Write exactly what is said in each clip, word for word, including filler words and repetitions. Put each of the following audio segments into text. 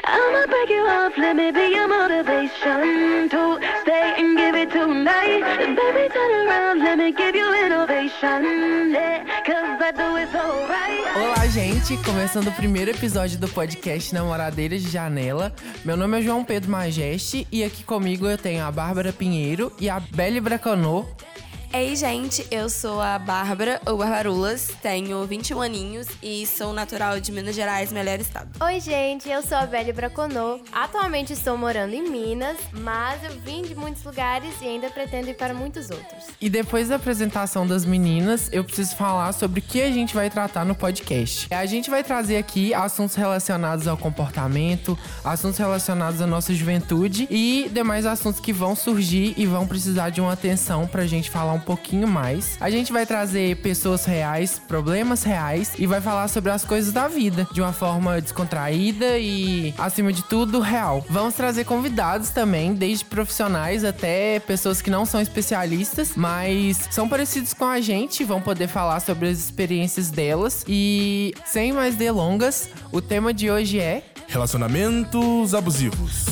I'ma break you off, let me be your motivation to stay and give it tonight. Baby, turn around, let me give you innovation, yeah, cause I do it so right. Olá, gente! Começando o primeiro episódio do podcast Namoradeiras de Janela. Meu nome é João Pedro Majeste e aqui comigo eu tenho a Bárbara Pinheiro e a Belle Braconô. Ei, gente, eu sou a Bárbara, ou Barbarulas, tenho vinte e um aninhos e sou natural de Minas Gerais, melhor estado. Oi, gente, eu sou a Belle Braconô. Atualmente estou morando em Minas, mas eu vim de muitos lugares e ainda pretendo ir para muitos outros. E depois da apresentação das meninas, eu preciso falar sobre o que a gente vai tratar no podcast. A gente vai trazer aqui assuntos relacionados ao comportamento, assuntos relacionados à nossa juventude e demais assuntos que vão surgir e vão precisar de uma atenção pra gente falar um pouquinho mais. A gente vai trazer pessoas reais, problemas reais e vai falar sobre as coisas da vida de uma forma descontraída e, acima de tudo, real. Vamos trazer convidados também, desde profissionais até pessoas que não são especialistas, mas são parecidos com a gente, vão poder falar sobre as experiências delas. E, sem mais delongas, o tema de hoje é relacionamentos abusivos.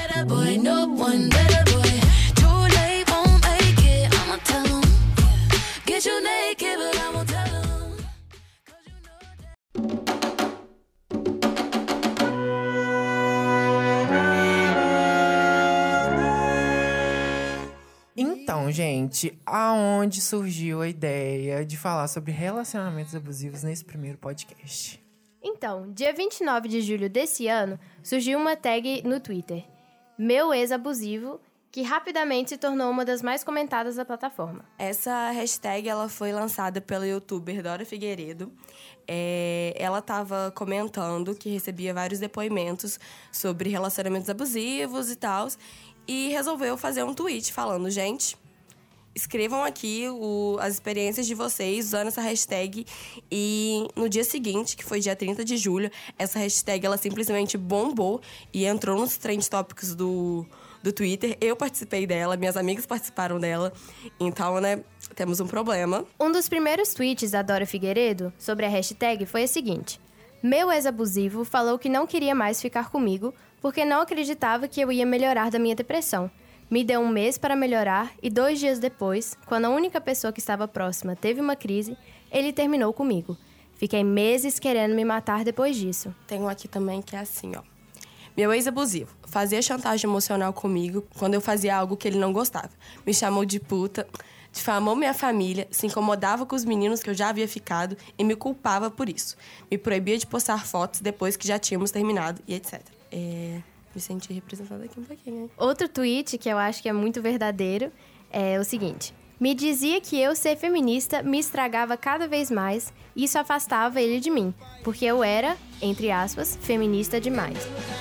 Então, gente, aonde surgiu a ideia de falar sobre relacionamentos abusivos nesse primeiro podcast? Então, dia vinte e nove de julho desse ano, surgiu uma tag no Twitter, Meu Ex-Abusivo, que rapidamente se tornou uma das mais comentadas da plataforma. Essa hashtag ela foi lançada pela youtuber Dora Figueiredo. É, ela estava comentando que recebia vários depoimentos sobre relacionamentos abusivos e tal, e resolveu fazer um tweet falando: gente, escrevam aqui o, as experiências de vocês usando essa hashtag. E no dia seguinte, que foi dia trinta de julho, essa hashtag ela simplesmente bombou e entrou nos trend topics do, do Twitter. Eu participei dela, minhas amigas participaram dela. Então, né, temos um problema. Um dos primeiros tweets da Dora Figueiredo sobre a hashtag foi o seguinte: Meu ex-abusivo falou que não queria mais ficar comigo porque não acreditava que eu ia melhorar da minha depressão. Me deu um mês para melhorar e dois dias depois, quando a única pessoa que estava próxima teve uma crise, ele terminou comigo. Fiquei meses querendo me matar depois disso. Tem um aqui também que é assim, ó. Meu ex-abusivo fazia chantagem emocional comigo quando eu fazia algo que ele não gostava. Me chamou de puta, difamou minha família, se incomodava com os meninos que eu já havia ficado e me culpava por isso. Me proibia de postar fotos depois que já tínhamos terminado e etcétera. É... Me senti representada aqui um pouquinho, hein? Outro tweet que eu acho que é muito verdadeiro é o seguinte: me dizia que eu ser feminista me estragava cada vez mais e isso afastava ele de mim, porque eu era, entre aspas, feminista demais.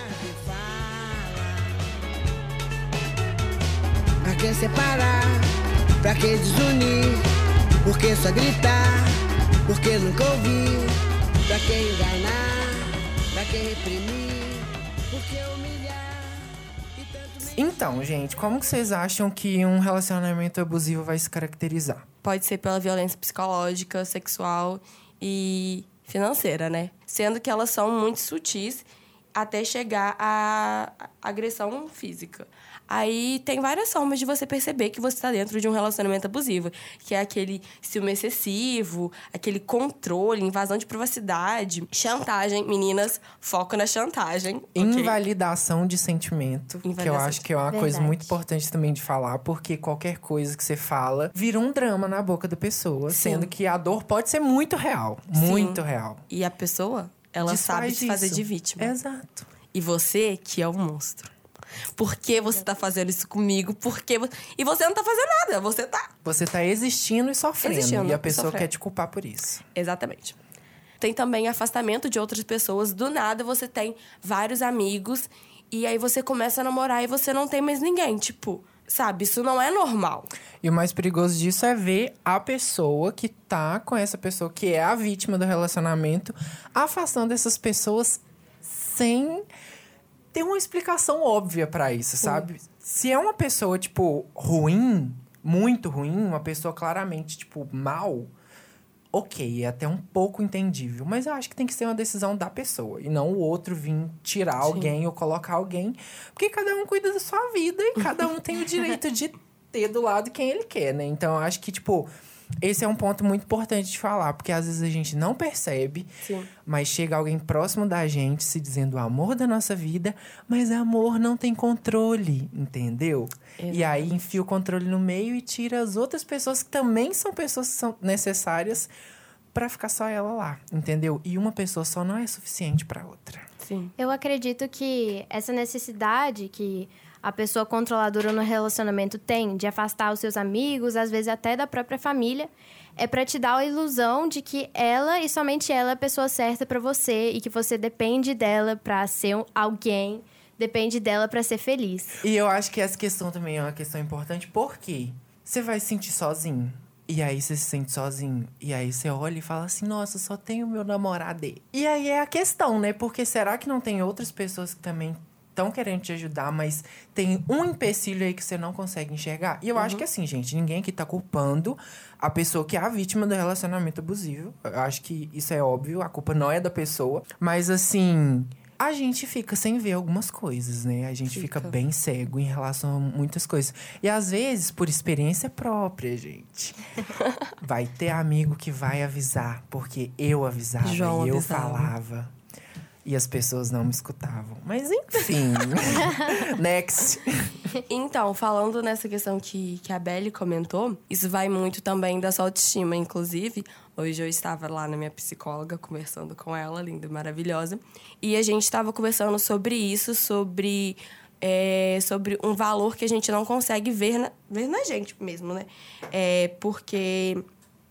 Pra que separar? Pra que desunir? Por que só gritar? Por que nunca ouvir? Pra que enganar? Pra que reprimir? Por que humilhar? Então, gente, como que vocês acham que um relacionamento abusivo vai se caracterizar? Pode ser pela violência psicológica, sexual e financeira, né? Sendo que elas são muito sutis até chegar à agressão física. Aí tem várias formas de você perceber que você está dentro de um relacionamento abusivo, que é aquele ciúme excessivo, aquele controle, invasão de privacidade, chantagem. Meninas, foco na chantagem. Okay? Invalidação de sentimento, Invalidação que eu acho que é uma Verdade. coisa muito importante também de falar, porque qualquer coisa que você fala vira um drama na boca da pessoa, Sim. sendo que a dor pode ser muito real, Sim. muito real. E a pessoa, ela Desfaz sabe se fazer isso. de vítima. Exato. E você, que é o monstro. Por que você tá fazendo isso comigo? Por que... E você não tá fazendo nada, você tá... Você tá existindo e sofrendo, Existindo e a e pessoa sofrendo. quer te culpar por isso. Exatamente. Tem também afastamento de outras pessoas. Do nada, você tem vários amigos e aí você começa a namorar e você não tem mais ninguém. Tipo, sabe? Isso não é normal. E o mais perigoso disso é ver a pessoa que tá com essa pessoa, que é a vítima do relacionamento, afastando essas pessoas sem ter uma explicação óbvia pra isso, sabe? Se é uma pessoa, tipo, ruim, muito ruim, uma pessoa claramente, tipo, mal, ok, é até um pouco entendível. Mas eu acho que tem que ser uma decisão da pessoa. E não o outro vir tirar Sim. alguém ou colocar alguém. Porque cada um cuida da sua vida e cada um tem o direito de ter do lado quem ele quer, né? Então, eu acho que, tipo... Esse é um ponto muito importante de falar, porque às vezes a gente não percebe, Sim. mas chega alguém próximo da gente se dizendo o amor da nossa vida, mas amor não tem controle, entendeu? Exatamente. E aí enfia o controle no meio e tira as outras pessoas que também são pessoas que são necessárias pra ficar só ela lá, entendeu? E uma pessoa só não é suficiente pra outra. Sim. Eu acredito que essa necessidade que a pessoa controladora no relacionamento tem de afastar os seus amigos, às vezes até da própria família, é para te dar a ilusão de que ela e somente ela é a pessoa certa para você e que você depende dela para ser alguém, depende dela para ser feliz. E eu acho que essa questão também é uma questão importante, porque você vai se sentir sozinho. E aí você se sente sozinho. E aí você olha e fala assim, nossa, só tenho meu namorado. E aí é a questão, né? Porque será que não tem outras pessoas que também estão querendo te ajudar, mas tem um empecilho aí que você não consegue enxergar? E eu uhum. acho que assim, gente, ninguém aqui tá culpando a pessoa que é a vítima do relacionamento abusivo. Eu acho que isso é óbvio, a culpa não é da pessoa. Mas assim, a gente fica sem ver algumas coisas, né? A gente fica, fica bem cego em relação a muitas coisas. E às vezes, por experiência própria, gente, vai ter amigo que vai avisar, porque eu avisava João e eu avisava. falava. E as pessoas não me escutavam. Mas, enfim. Next. Então, falando nessa questão que, que a Belle comentou, isso vai muito também da sua autoestima. Inclusive, hoje eu estava lá na minha psicóloga, conversando com ela, linda e maravilhosa. E a gente estava conversando sobre isso, sobre, é, sobre um valor que a gente não consegue ver na, ver na gente mesmo, né? É, porque...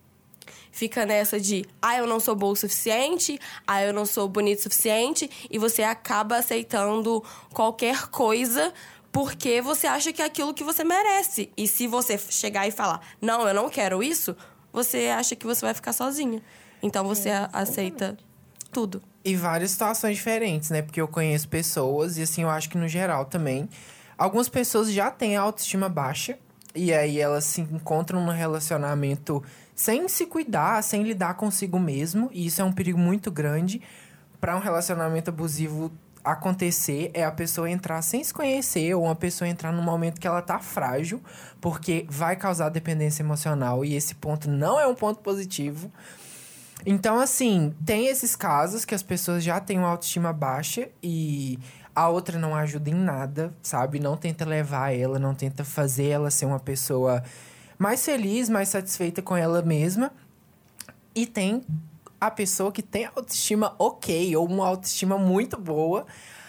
Fica nessa de, ah, eu não sou boa o suficiente, ah, eu não sou bonito o suficiente, e você acaba aceitando qualquer coisa porque você acha que é aquilo que você merece. E se você chegar e falar, não, eu não quero isso, você acha que você vai ficar sozinha. Então você é, aceita tudo. E várias situações diferentes, né? Porque eu conheço pessoas, e assim, eu acho que no geral também, algumas pessoas já têm a autoestima baixa, e aí elas se encontram num relacionamento sem se cuidar, sem lidar consigo mesmo. E isso é um perigo muito grande para um relacionamento abusivo acontecer. É a pessoa entrar sem se conhecer, ou uma pessoa entrar num momento que ela tá frágil, porque vai causar dependência emocional. E esse ponto não é um ponto positivo. Então, assim, tem esses casos que as pessoas já têm uma autoestima baixa e a outra não ajuda em nada, sabe? Não tenta levar ela, não tenta fazer ela ser uma pessoa mais feliz, mais satisfeita com ela mesma. E tem a pessoa que tem autoestima ok, ou uma autoestima muito boa.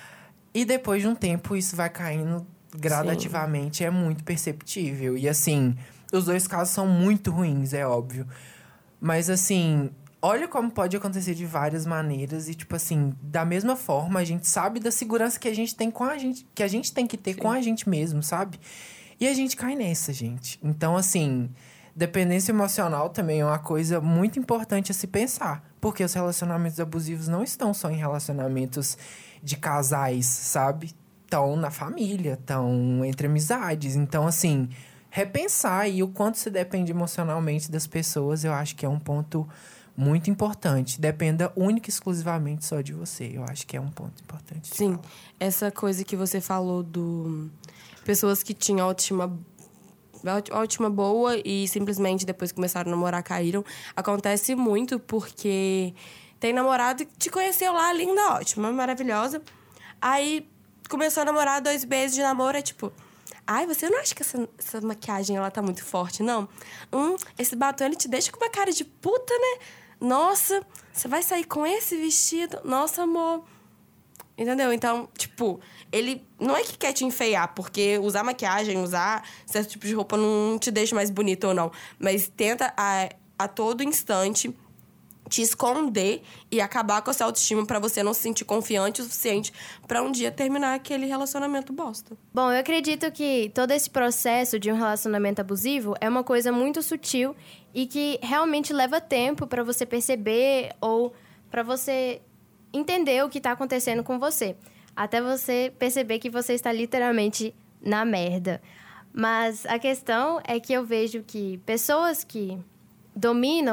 E depois de um tempo, isso vai caindo gradativamente. Sim. É muito perceptível. E assim, os dois casos são muito ruins, é óbvio. Mas assim, olha como pode acontecer de várias maneiras. E tipo assim, da mesma forma, a gente sabe da segurança que a gente tem com a gente, que a gente tem que ter Sim. com a gente mesmo, sabe? E a gente cai nessa, gente. Então, assim, dependência emocional também é uma coisa muito importante a se pensar. Porque os relacionamentos abusivos não estão só em relacionamentos de casais, sabe? Estão na família, estão entre amizades. Então, assim, repensar aí o quanto você depende emocionalmente das pessoas, eu acho que é um ponto muito importante. Dependa única e exclusivamente só de você. Eu acho que é um ponto importante. Sim, falar. Essa coisa que você falou do... Pessoas que tinham autoestima, autoestima boa e simplesmente depois que começaram a namorar caíram. Acontece muito porque tem namorado que te conheceu lá, linda, ótima, maravilhosa. Aí começou a namorar, dois meses de namoro, é tipo... Ai, você não acha que essa, essa maquiagem ela tá muito forte, não? Hum, esse batom ele te deixa com uma cara de puta, né? Nossa, você vai sair com esse vestido? Nossa, amor... Entendeu? Então, tipo, ele não é que quer te enfeiar, porque usar maquiagem, usar certo tipo de roupa não te deixa mais bonita ou não. Mas tenta a, a todo instante te esconder e acabar com a sua autoestima pra você não se sentir confiante o suficiente pra um dia terminar aquele relacionamento bosta. Bom, eu acredito que todo esse processo de um relacionamento abusivo é uma coisa muito sutil e que realmente leva tempo pra você perceber ou pra você entender o que tá acontecendo com você. Até você perceber que você está literalmente na merda. Mas a questão é que eu vejo que pessoas que dominam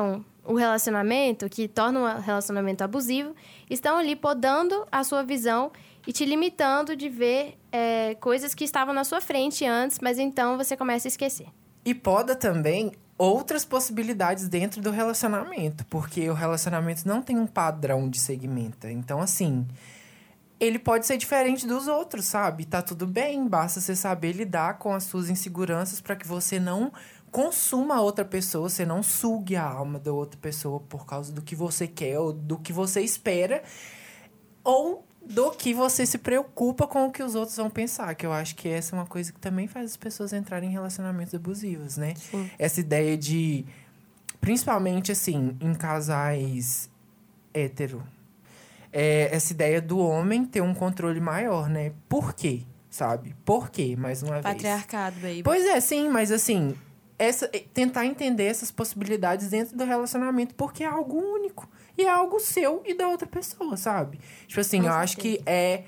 o relacionamento, que torna um relacionamento abusivo, estão ali podando a sua visão e te limitando de ver é, coisas que estavam na sua frente antes, mas então você começa a esquecer. E poda também outras possibilidades dentro do relacionamento, porque o relacionamento não tem um padrão de segmento. Então, assim, ele pode ser diferente dos outros, sabe? Tá tudo bem, basta você saber lidar com as suas inseguranças para que você não consuma a outra pessoa, você não sugue a alma da outra pessoa por causa do que você quer ou do que você espera, ou do que você se preocupa com o que os outros vão pensar. Que eu acho que essa é uma coisa que também faz as pessoas entrarem em relacionamentos abusivos, né? Sim. Essa ideia de... Principalmente, assim, em casais hétero. É, essa ideia do homem ter um controle maior, né? Por quê? Sabe? Por quê? Mais uma Patriarcado, vez. baby. Pois é, sim. Mas, assim... Essa, tentar entender essas possibilidades dentro do relacionamento, porque é algo único. E é algo seu e da outra pessoa, sabe? Tipo assim, Com eu certeza. acho que é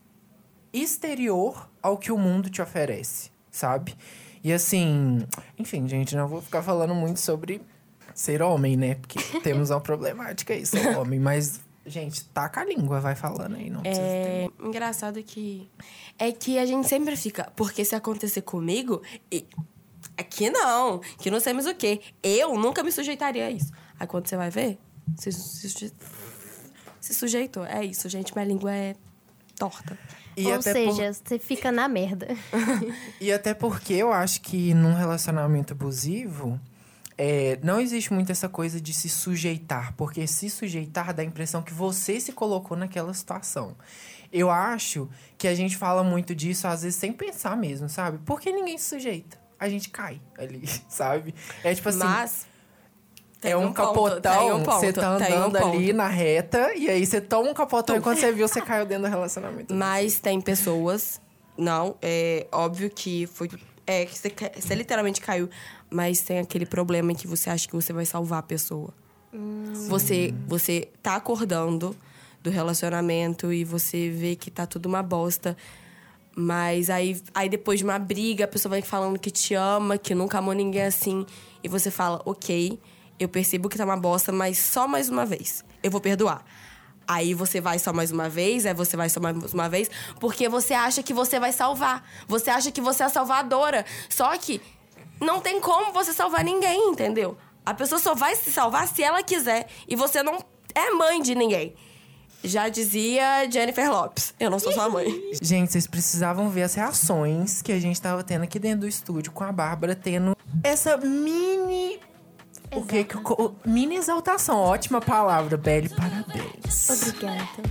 exterior ao que o mundo te oferece, sabe? E assim... Enfim, gente, não vou ficar falando muito sobre ser homem, né? Porque temos uma problemática aí, ser homem. Mas, gente, taca a língua, vai falando aí. Não precisa é ter... engraçado que... É que a gente sempre fica... Porque se acontecer comigo... E... Aqui não, que não sei mais o quê. Eu nunca me sujeitaria a isso. Aí quando você vai ver, se, se, se sujeitou. É isso, gente, minha língua é torta. E Ou seja, por... você fica na merda. E até porque eu acho que num relacionamento abusivo, é, não existe muito essa coisa de se sujeitar. Porque se sujeitar dá a impressão que você se colocou naquela situação. Eu acho que a gente fala muito disso, às vezes, sem pensar mesmo, sabe? Porque ninguém se sujeita. A gente cai ali, sabe? É tipo assim... Mas... É um, um capotão, um você tá andando um ali na reta, e aí você toma um capotão, e quando você viu, você caiu dentro do relacionamento. Mas tem pessoas... Não, é óbvio que foi... É, que você, você literalmente caiu, mas tem aquele problema em que você acha que você vai salvar a pessoa. Hum. Você, você tá acordando do relacionamento e você vê que tá tudo uma bosta... Mas aí, aí depois de uma briga, a pessoa vai falando que te ama, que nunca amou ninguém assim. E você fala, ok, eu percebo que tá uma bosta, mas só mais uma vez. Eu vou perdoar. Aí você vai só mais uma vez, aí você vai só mais uma vez, porque você acha que você vai salvar. Você acha que você é a salvadora. Só que não tem como você salvar ninguém, entendeu? A pessoa só vai se salvar se ela quiser. E você não é mãe de ninguém. Já dizia Jennifer Lopez. Eu não sou sua mãe. Gente, vocês precisavam ver as reações que a gente tava tendo aqui dentro do estúdio com a Bárbara, tendo essa mini... Exato. O que? Mini exaltação. Ótima palavra, Belle. Parabéns. Obrigada.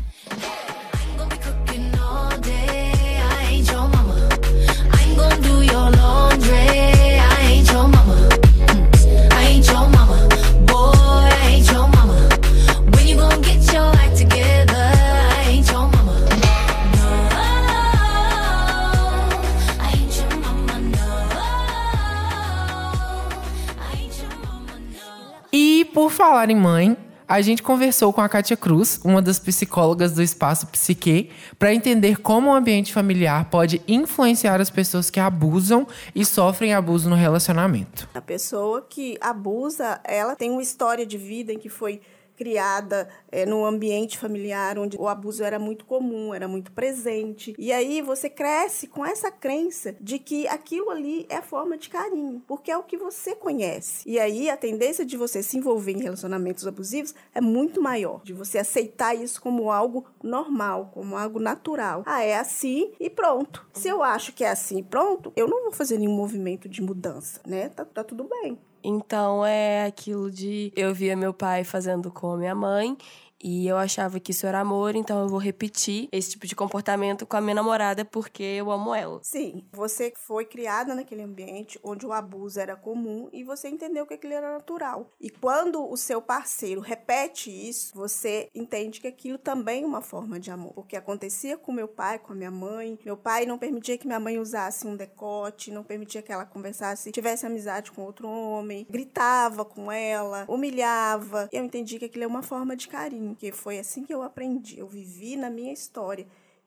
E por falar em mãe, a gente conversou com a Kátia Cruz, uma das psicólogas do Espaço Psique, para entender como o ambiente familiar pode influenciar as pessoas que abusam e sofrem abuso no relacionamento. A pessoa que abusa, ela tem uma história de vida em que foi criada é, num ambiente familiar onde o abuso era muito comum, era muito presente. E aí você cresce com essa crença de que aquilo ali é forma de carinho, porque é o que você conhece. E aí a tendência de você se envolver em relacionamentos abusivos é muito maior, de você aceitar isso como algo normal, como algo natural. Ah, é assim e pronto. Se eu acho que é assim e pronto, eu não vou fazer nenhum movimento de mudança, né? Tá, tá tudo bem. Então, é aquilo de... Eu via meu pai fazendo com a minha mãe e eu achava que isso era amor, então eu vou repetir esse tipo de comportamento com a minha namorada porque eu amo ela. Sim, você foi criada naquele ambiente onde o abuso era comum e você entendeu que aquilo era natural. E quando o seu parceiro repete isso, você entende que aquilo também é uma forma de amor. Porque acontecia com meu pai, com a minha mãe. Meu pai não permitia que minha mãe usasse um decote, não permitia que ela conversasse, tivesse amizade com outro homem, gritava com ela, humilhava. Eu entendi que aquilo é uma forma de carinho. Que foi assim que eu aprendi. Eu vivi na minha história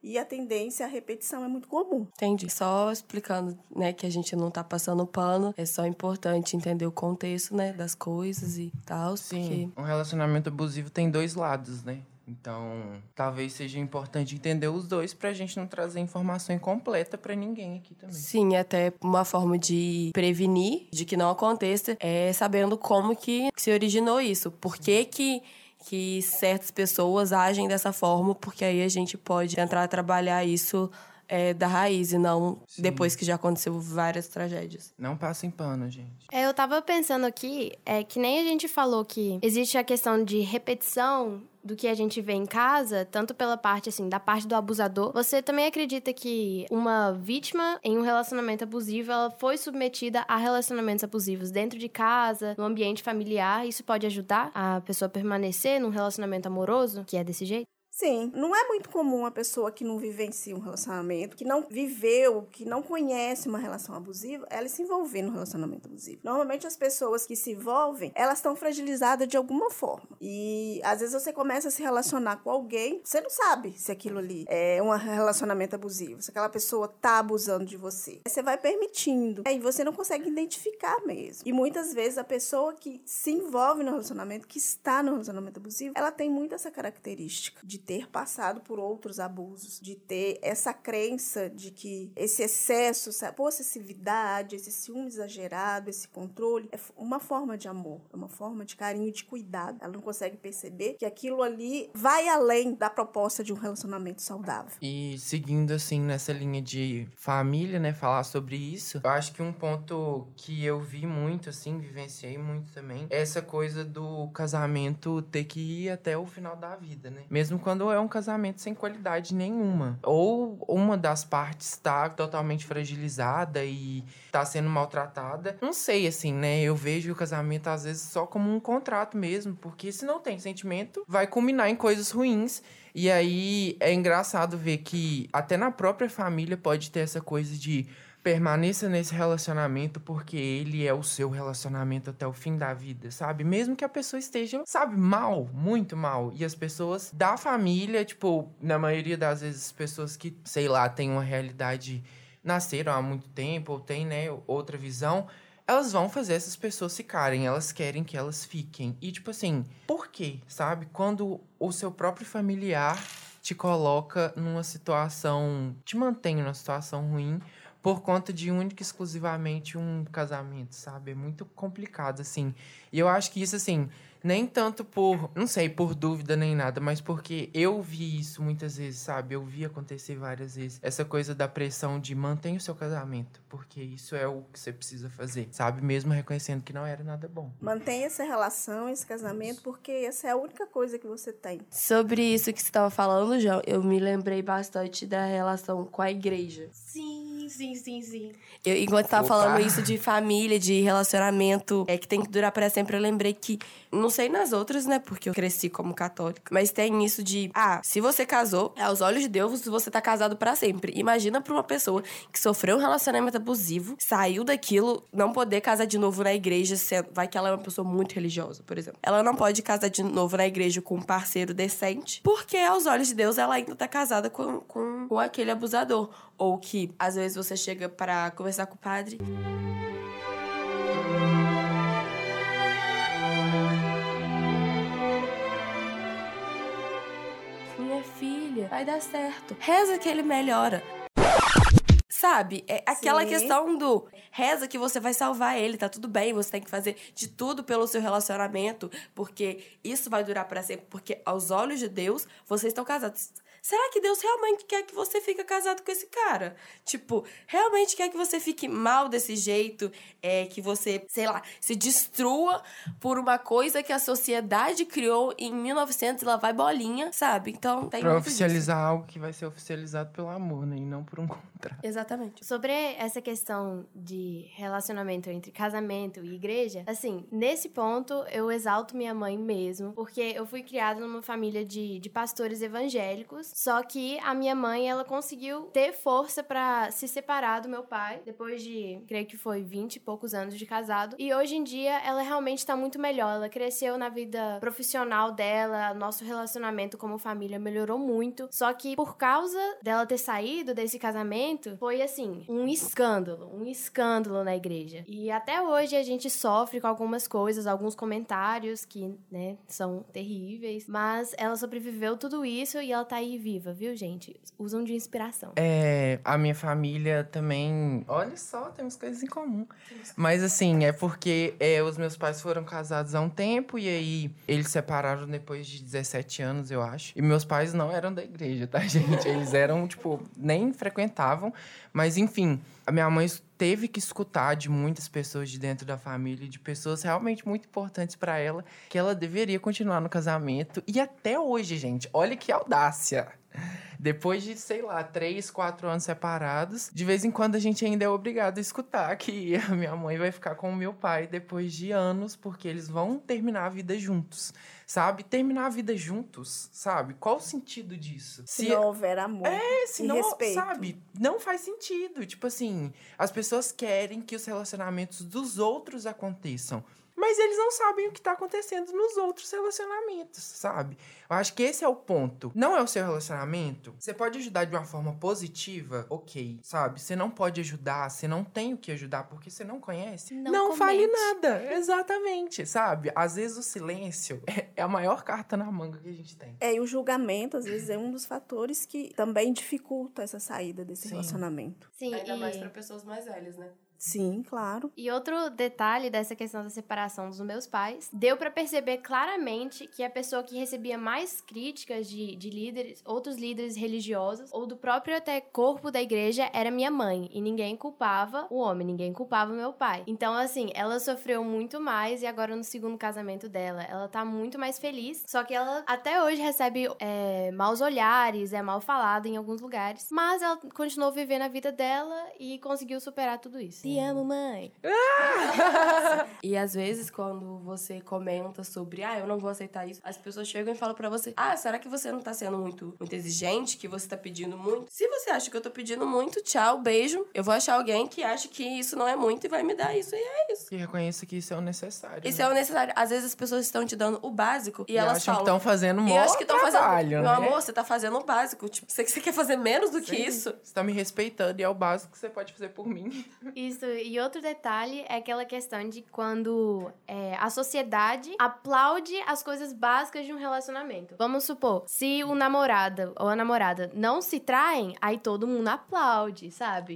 e a tendência à repetição é muito comum. Entendi. Só explicando, né, que a gente não tá passando pano, é só importante entender o contexto, né, das coisas e tal. Sim, porque... um relacionamento abusivo tem dois lados, né? Então, talvez seja importante entender os dois pra gente não trazer informação incompleta pra ninguém aqui também. Sim, até uma forma de prevenir, de que não aconteça, é sabendo como que se originou isso. Por que que, que certas pessoas agem dessa forma, porque aí a gente pode tentar trabalhar isso é, da raiz e não Sim. depois que já aconteceu várias tragédias. Não passem pano, gente. É, eu tava pensando aqui, é que nem a gente falou que existe a questão de repetição do que a gente vê em casa, tanto pela parte, assim, da parte do abusador. Você também acredita que uma vítima em um relacionamento abusivo, ela foi submetida a relacionamentos abusivos dentro de casa, no ambiente familiar? Isso pode ajudar a pessoa a permanecer num relacionamento amoroso, que é desse jeito? Sim, não é muito comum a pessoa que não vivencia um relacionamento, que não viveu, que não conhece uma relação abusiva, ela se envolver num relacionamento abusivo. Normalmente as pessoas que se envolvem, elas estão fragilizadas de alguma forma. E às vezes você começa a se relacionar com alguém, você não sabe se aquilo ali é um relacionamento abusivo, se aquela pessoa tá abusando de você. Você vai permitindo, e você não consegue identificar mesmo. E muitas vezes a pessoa que se envolve no relacionamento, que está no relacionamento abusivo, ela tem muito essa característica de ter passado por outros abusos, de ter essa crença de que esse excesso, essa possessividade, esse ciúme exagerado, esse controle, é uma forma de amor, é uma forma de carinho, de cuidado. Ela não consegue perceber que aquilo ali vai além da proposta de um relacionamento saudável. E seguindo, assim, nessa linha de família, né, falar sobre isso, eu acho que um ponto que eu vi muito, assim, vivenciei muito também, é essa coisa do casamento ter que ir até o final da vida, né? Mesmo quando quando é um casamento sem qualidade nenhuma. Ou uma das partes está totalmente fragilizada e está sendo maltratada. Não sei, assim, né? Eu vejo o casamento, às vezes, só como um contrato mesmo. Porque se não tem sentimento, vai culminar em coisas ruins. E aí, é engraçado ver que até na própria família pode ter essa coisa de permaneça nesse relacionamento porque ele é o seu relacionamento até o fim da vida, sabe? Mesmo que a pessoa esteja, sabe, mal, muito mal. E as pessoas da família, tipo, na maioria das vezes, pessoas que, sei lá, têm uma realidade, nasceram há muito tempo, ou têm, né, outra visão, elas vão fazer essas pessoas ficarem, elas querem que elas fiquem. E, tipo assim, por quê, sabe? Quando o seu próprio familiar te coloca numa situação, te mantém numa situação ruim, por conta de único e exclusivamente um casamento, sabe? É muito complicado, assim. E eu acho que isso, assim, nem tanto por, não sei, por dúvida nem nada, mas porque eu vi isso muitas vezes, sabe? Eu vi acontecer várias vezes. Essa coisa da pressão de mantenha o seu casamento, porque isso é o que você precisa fazer, sabe? Mesmo reconhecendo que não era nada bom. Mantenha essa relação, esse casamento, porque essa é a única coisa que você tem. Sobre isso que você estava falando, João, eu me lembrei bastante da relação com a igreja. Sim, sim, sim, sim. Eu, enquanto estava Opa. falando isso de família, de relacionamento, é que tem que durar para sempre, eu lembrei que, não sei nas outras, né, porque eu cresci como católica, mas tem isso de, ah, se você casou, aos olhos de Deus, você tá casado para sempre. Imagina pra uma pessoa que sofreu um relacionamento abusivo, saiu daquilo, não poder casar de novo na igreja, vai que ela é uma pessoa muito religiosa, por exemplo. Ela não pode casar de novo na igreja com um parceiro decente, porque aos olhos de Deus ela ainda tá casada com, com, com aquele abusador. Ou que, às vezes, você chega pra conversar com o padre. Minha filha, vai dar certo. Reza que ele melhora. Sabe? É aquela Sim. questão do reza que você vai salvar ele, tá tudo bem, você tem que fazer de tudo pelo seu relacionamento, porque isso vai durar pra sempre, porque aos olhos de Deus, vocês estão casados. Será que Deus realmente quer que você fique casado com esse cara? Tipo, realmente quer que você fique mal desse jeito? É, que você, sei lá, se destrua por uma coisa que a sociedade criou em mil e novecentos e lá vai bolinha, sabe? Então, tem pra oficializar disso. Algo que vai ser oficializado pelo amor, né? E não por um contrato. Exatamente. Sobre essa questão de relacionamento entre casamento e igreja, assim, nesse ponto eu exalto minha mãe mesmo, porque eu fui criada numa família de, de pastores evangélicos Só que a minha mãe, ela conseguiu ter força pra se separar do meu pai, depois de, creio que foi vinte e poucos anos de casado. E hoje em dia, ela realmente tá muito melhor. Ela cresceu na vida profissional dela, nosso relacionamento como família melhorou muito. Só que por causa dela ter saído desse casamento, foi assim, um escândalo, um escândalo na igreja. E até hoje a gente sofre com algumas coisas, alguns comentários que, né, são terríveis. Mas ela sobreviveu tudo isso e ela tá aí viva, viu, gente? Usam de inspiração. É, a minha família também... Olha só, temos coisas em comum. Mas assim, é porque é, os meus pais foram casados há um tempo e aí eles se separaram depois de dezessete anos, eu acho. E meus pais não eram da igreja, tá, gente? Eles eram, tipo, nem frequentavam. Mas, enfim, a minha mãe teve que escutar de muitas pessoas de dentro da família, de pessoas realmente muito importantes pra ela, que ela deveria continuar no casamento. E até hoje, gente, olha que audácia! Depois de, sei lá, três, quatro anos separados, de vez em quando a gente ainda é obrigado a escutar que a minha mãe vai ficar com o meu pai depois de anos, porque eles vão terminar a vida juntos, sabe? Terminar a vida juntos, sabe? Qual o sentido disso? Se, se não houver amor é, se e não, respeito. Sabe? Não faz sentido. Tipo assim, as pessoas querem que os relacionamentos dos outros aconteçam. Mas eles não sabem o que tá acontecendo nos outros relacionamentos, sabe? Eu acho que esse é o ponto. Não é o seu relacionamento. Você pode ajudar de uma forma positiva, ok, sabe? Você não pode ajudar, você não tem o que ajudar porque você não conhece. Não Não fale comente. nada. Exatamente, sabe? Às vezes o silêncio é, é a maior carta na manga que a gente tem. É, e o julgamento, às vezes, é um dos fatores que também dificulta essa saída desse Sim. relacionamento. Sim, Ainda e... mais pra pessoas mais velhas, né? Sim, claro. E outro detalhe dessa questão da separação dos meus pais, deu pra perceber claramente que a pessoa que recebia mais críticas de, de líderes, outros líderes religiosos, ou do próprio até corpo da igreja, era minha mãe. E ninguém culpava o homem, ninguém culpava o meu pai. Então, assim, ela sofreu muito mais e agora no segundo casamento dela, ela tá muito mais feliz. Só que ela até hoje recebe é, maus olhares, é mal falada em alguns lugares. Mas ela continuou vivendo a vida dela e conseguiu superar tudo isso. Te amo, mãe. E às vezes, quando você comenta sobre, ah, eu não vou aceitar isso, as pessoas chegam e falam pra você, ah, será que você não tá sendo muito, muito exigente, que você tá pedindo muito? Se você acha que eu tô pedindo muito, tchau, beijo. Eu vou achar alguém que acha que isso não é muito e vai me dar isso, e é isso. E reconheça que isso é o necessário. Isso né? é o necessário. Às vezes as pessoas estão te dando o básico e, E elas acham falam... que estão fazendo e mó acho que tão trabalho, fazendo, né? meu amor, você tá fazendo o básico. Tipo, você, você quer fazer menos do que Sim, isso? Você tá me respeitando e é o básico que você pode fazer por mim. Isso, e outro detalhe é aquela questão de quando é, a sociedade aplaude as coisas básicas de um relacionamento. Vamos supor, se o namorado ou a namorada não se traem, aí todo mundo aplaude, sabe?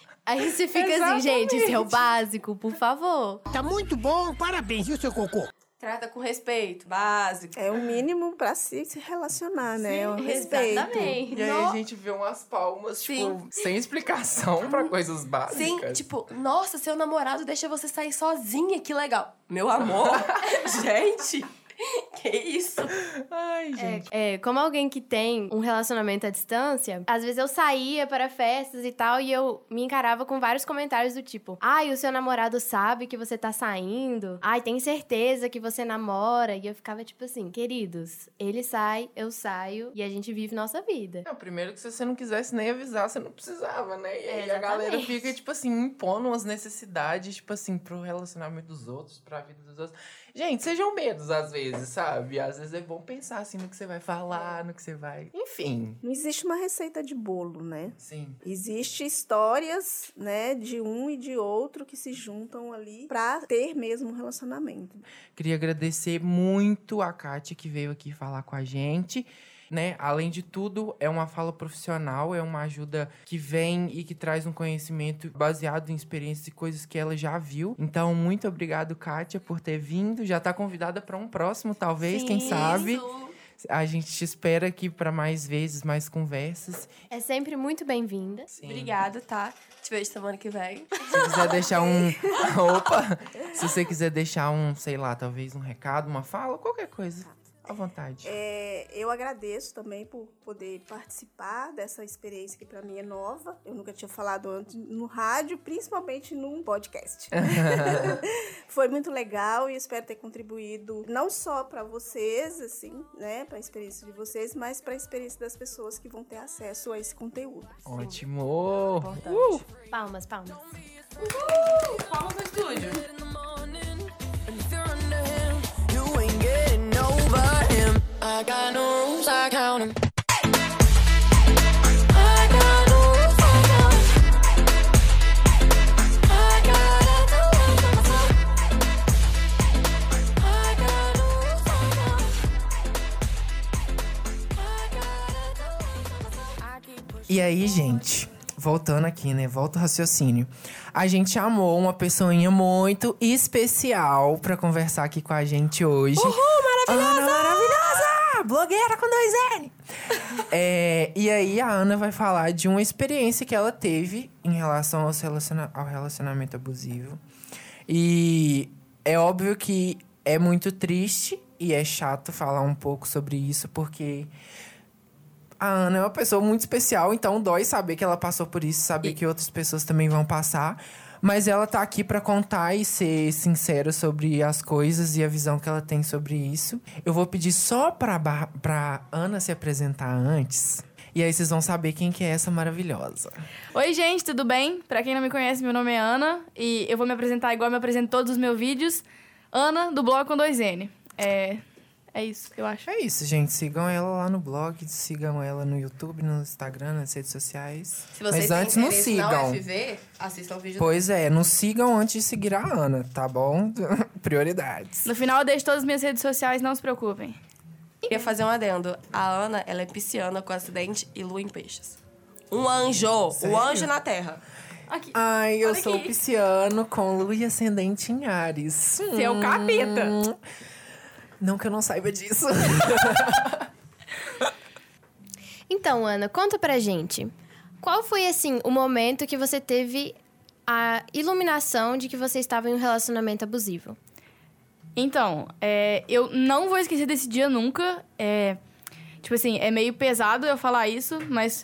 Aí você fica assim, gente, isso é o básico, por favor. Tá muito bom, parabéns, viu, seu cocô? Trata com respeito, básico. É o mínimo pra se se relacionar, né? É o respeito. Exatamente. E aí No- a gente vê umas palmas, Sim. tipo, sem explicação pra coisas básicas. Sim, tipo, nossa, seu namorado deixa você sair sozinha, que legal. Meu amor, gente, que isso? Ai, gente. É, como alguém que tem um relacionamento à distância, às vezes eu saía para festas e tal, e eu me encarava com vários comentários do tipo, ai, o seu namorado sabe que você tá saindo? Ai, tem certeza que você namora? E eu ficava tipo assim, queridos, ele sai, eu saio, e a gente vive nossa vida. Não, primeiro que se você não quisesse nem avisar, você não precisava, né? E aí É, a galera exatamente. fica, tipo assim, impondo umas necessidades, tipo assim, pro relacionamento dos outros, pra vida dos outros. Gente, sejam medos às vezes, sabe? Às vezes é bom pensar, assim, no que você vai falar, no que você vai... Enfim, Não existe uma receita de bolo, né? sim. Existe histórias, né, de um e de outro que se juntam ali pra ter mesmo um relacionamento. Queria agradecer muito a Kátia que veio aqui falar com a gente, né? Além de tudo, é uma fala profissional, é uma ajuda que vem e que traz um conhecimento baseado em experiências e coisas que ela já viu. Então, muito obrigado, Kátia, por ter vindo. Já tá convidada para um próximo, talvez, quem sabe. Isso. A gente te espera aqui para mais vezes, mais conversas. É sempre muito bem-vinda. Sim. Obrigada, tá? Te vejo semana que vem. Se você quiser deixar um... Opa! Se você quiser deixar um, sei lá, talvez um recado, uma fala, qualquer coisa. À vontade. É, eu agradeço também por poder participar dessa experiência que para mim é nova. Eu nunca tinha falado antes no rádio, principalmente num podcast. Foi muito legal e espero ter contribuído não só para vocês, assim, né, para a experiência de vocês, mas para a experiência das pessoas que vão ter acesso a esse conteúdo. Ótimo! Importante. Palmas, palmas. Uhul! Palmas no estúdio. I got no rules, I count 'em. I got no rules, I count 'em. I gotta do it for myself. I got no rules, I count 'em. I gotta do it for myself. I keep pushing. E aí, gente, voltando aqui, né? Volta o raciocínio. A gente chamou uma pessoinha muito especial pra conversar aqui com a gente hoje. Uhul, maravilhosa! Ana maravilhosa! Blogueira com dois N! É, e aí, a Ana vai falar de uma experiência que ela teve em relação ao, relaciona- ao relacionamento abusivo. E é óbvio que é muito triste e é chato falar um pouco sobre isso, porque a Ana é uma pessoa muito especial, então dói saber que ela passou por isso, saber E- que outras pessoas também vão passar. Mas ela tá aqui pra contar e ser sincera sobre as coisas e a visão que ela tem sobre isso. Eu vou pedir só pra, Bar- pra Ana se apresentar antes. E aí vocês vão saber quem que é essa maravilhosa. Oi, gente, tudo bem? Pra quem não me conhece, meu nome é Ana. E eu vou me apresentar igual eu me apresento em todos os meus vídeos. Ana, do blog com dois N. É... É isso, eu acho. É isso, gente. Sigam ela lá no blog, sigam ela no YouTube, no Instagram, nas redes sociais. Se vocês Mas antes, têm nos interesse na sigam. U F V, assistam o vídeo. Pois é, nos sigam antes de seguir a Ana, tá bom? Prioridades. No final, eu deixo todas as minhas redes sociais, não se preocupem. Queria fazer um adendo. A Ana, ela é pisciana com acidente e lua em peixes. Um anjo. Sério? O anjo na terra. Aqui. Ai, eu Olha sou aqui. pisciano com lua e ascendente em Ares. Seu capeta. Não que eu não saiba disso. Então, Ana, conta pra gente. Qual foi, assim, o momento que você teve a iluminação de que você estava em um relacionamento abusivo? Então, é, eu não vou esquecer desse dia nunca. É, tipo assim, é meio pesado eu falar isso, mas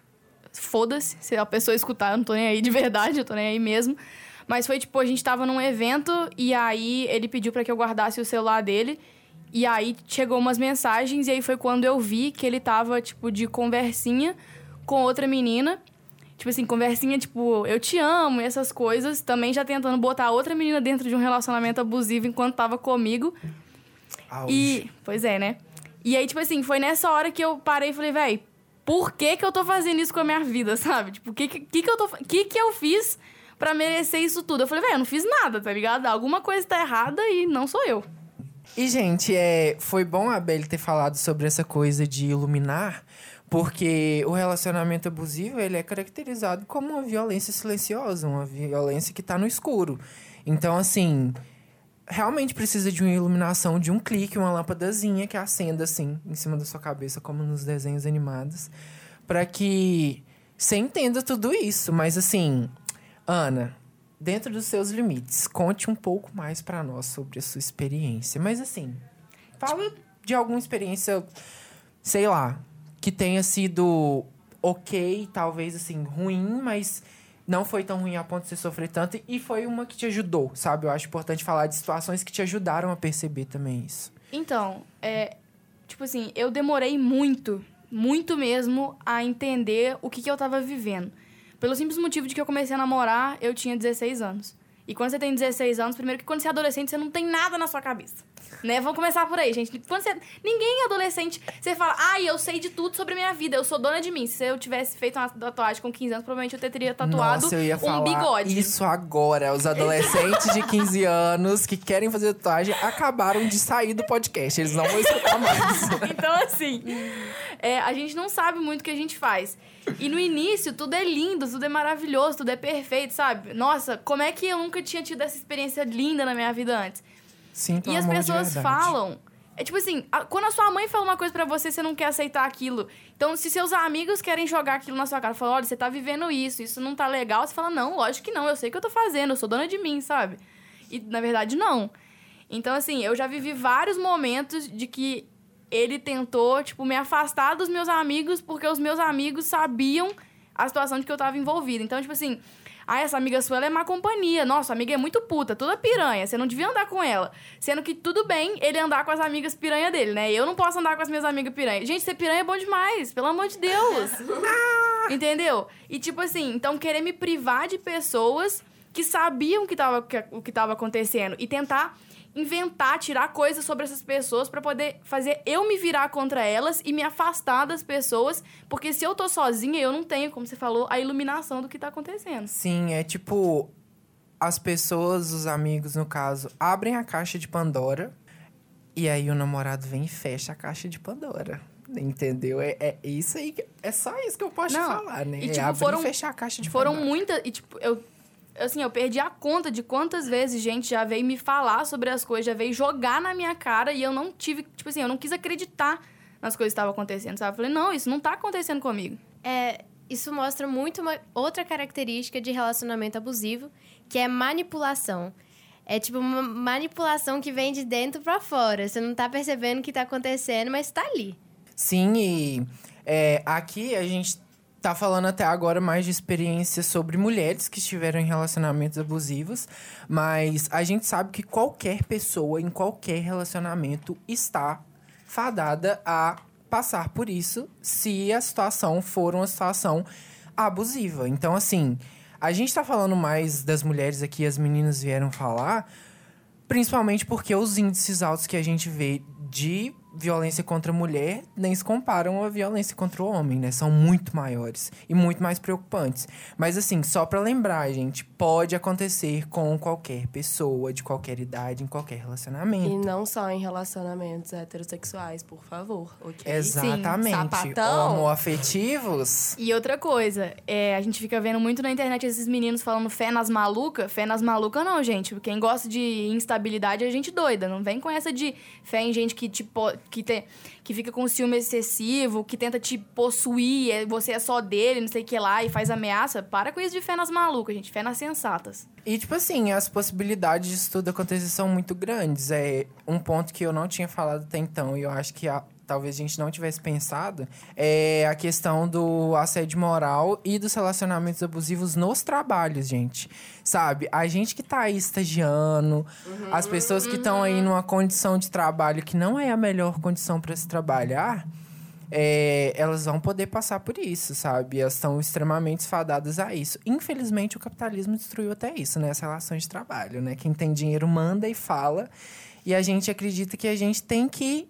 foda-se se a pessoa escutar, eu não tô nem aí de verdade, eu tô nem aí mesmo. Mas foi tipo, a gente tava num evento e aí ele pediu pra que eu guardasse o celular dele. E aí chegou umas mensagens e aí foi quando eu vi que ele tava, tipo, de conversinha com outra menina. Tipo assim, conversinha, tipo, eu te amo e essas coisas. Também já tentando botar outra menina dentro de um relacionamento abusivo enquanto tava comigo. Auge. E, pois é, né? E aí, tipo assim, foi nessa hora que eu parei e falei, véi, por que que eu tô fazendo isso com a minha vida, sabe? Tipo, o que que, que que eu tô... que que eu fiz pra merecer isso tudo? Eu falei, véi, eu não fiz nada, tá ligado? Alguma coisa tá errada e não sou eu. E, gente, é, foi bom a Belle ter falado sobre essa coisa de iluminar, porque o relacionamento abusivo, ele é caracterizado como uma violência silenciosa, uma violência que tá no escuro. Então, assim, realmente precisa de uma iluminação, de um clique, uma lâmpadazinha que acenda, assim, em cima da sua cabeça, como nos desenhos animados, para que você entenda tudo isso. Mas, assim, Ana, dentro dos seus limites, conte um pouco mais pra nós sobre a sua experiência. Mas, assim, fala de alguma experiência, sei lá, que tenha sido ok, talvez, assim, ruim, mas não foi tão ruim a ponto de você sofrer tanto. E foi uma que te ajudou, sabe? Eu acho importante falar de situações que te ajudaram a perceber também isso. Então, é... Tipo assim, eu demorei muito, muito mesmo, a entender o que que eu tava vivendo. Pelo simples motivo de que eu comecei a namorar, eu tinha dezesseis anos. E quando você tem dezesseis anos, primeiro que quando você é adolescente, você não tem nada na sua cabeça. Né? Vamos começar por aí, gente. Quando você... Ninguém é adolescente. Você fala, ai, eu sei de tudo sobre a minha vida, eu sou dona de mim. Se eu tivesse feito uma tatuagem com quinze anos, provavelmente eu teria tatuado Nossa, eu ia um falar bigode. isso agora. Os adolescentes de quinze anos que querem fazer tatuagem acabaram de sair do podcast. Eles não vão escutar mais. Então, assim, é, a gente não sabe muito o que a gente faz. E no início, tudo é lindo, tudo é maravilhoso, tudo é perfeito, sabe? Nossa, como é que eu nunca tinha tido essa experiência linda na minha vida antes? Sinto E as amor de pessoas verdade. falam... É tipo assim, a- quando a sua mãe fala uma coisa pra você, você não quer aceitar aquilo. Então, se seus amigos querem jogar aquilo na sua cara, falam, olha, você tá vivendo isso, isso não tá legal, você fala, não, lógico que não, eu sei o que eu tô fazendo, eu sou dona de mim, sabe? E, na verdade, não. Então, assim, eu já vivi vários momentos de que ele tentou, tipo, me afastar dos meus amigos porque os meus amigos sabiam a situação de que eu tava envolvida. Então, tipo assim, ah, essa amiga sua, ela é má companhia. Nossa, sua amiga é muito puta, toda piranha. Você não devia andar com ela. Sendo que tudo bem ele andar com as amigas piranha dele, né? Eu não posso andar com as minhas amigas piranha. Gente, ser piranha é bom demais, pelo amor de Deus. Entendeu? E tipo assim, então querer me privar de pessoas que sabiam que tava, que, o que estava acontecendo e tentar inventar, tirar coisas sobre essas pessoas pra poder fazer eu me virar contra elas e me afastar das pessoas, porque se eu tô sozinha, eu não tenho, como você falou, a iluminação do que tá acontecendo. Sim, é tipo... As pessoas, os amigos, no caso, abrem a caixa de Pandora e aí o namorado vem e fecha a caixa de Pandora. Entendeu? É, é isso aí, que- é só isso que eu posso Não, te falar, né? e, É tipo, abrir foram- e fechar a caixa de Foram Pandora. muitas... E, tipo, eu... Assim, eu perdi a conta de quantas vezes gente já veio me falar sobre as coisas, já veio jogar na minha cara e eu não tive... Tipo assim, eu não quis acreditar nas coisas que estavam acontecendo, sabe? Eu falei, não, isso não tá acontecendo comigo. É, isso mostra muito uma outra característica de relacionamento abusivo, que é manipulação. É tipo uma manipulação que vem de dentro pra fora. Você não tá percebendo o que tá acontecendo, mas tá ali. Sim, e é, aqui a gente tá falando até agora mais de experiências sobre mulheres que estiveram em relacionamentos abusivos, mas a gente sabe que qualquer pessoa em qualquer relacionamento está fadada a passar por isso se a situação for uma situação abusiva. Então, assim, a gente tá falando mais das mulheres aqui, as meninas vieram falar, principalmente porque os índices altos que a gente vê de violência contra a mulher nem se comparam à violência contra o homem, né? São muito maiores e muito mais preocupantes. Mas, assim, só pra lembrar, gente, pode acontecer com qualquer pessoa, de qualquer idade, em qualquer E relacionamento. não só em relacionamentos heterossexuais, por favor, ok? Exatamente. Sapatão. Homoafetivos. E outra coisa, é, a gente fica vendo muito na internet esses meninos falando fé nas malucas. Fé nas malucas não, gente. Quem gosta de instabilidade é gente doida. Não vem com essa de fé em gente que, tipo, que, te, que fica com ciúme excessivo, que tenta te possuir, é, você é só dele, não sei o que lá, e faz ameaça. Para com isso de fé nas malucas, gente. Fé nas sensatas. E, tipo assim, as possibilidades disso tudo acontecer são muito grandes. É um ponto que eu não tinha falado até então, e eu acho que a, talvez a gente não tivesse pensado, é a questão do assédio moral e dos relacionamentos abusivos nos trabalhos, gente. Sabe? A gente que tá aí estagiando, Uhum, as pessoas que estão aí numa condição de trabalho que não é a melhor condição para se trabalhar, é, elas vão poder passar por isso, sabe? Elas estão extremamente fadadas a isso. Infelizmente, o capitalismo destruiu até isso, né? As relações de trabalho, né? Quem tem dinheiro manda e fala. E a gente acredita que a gente tem que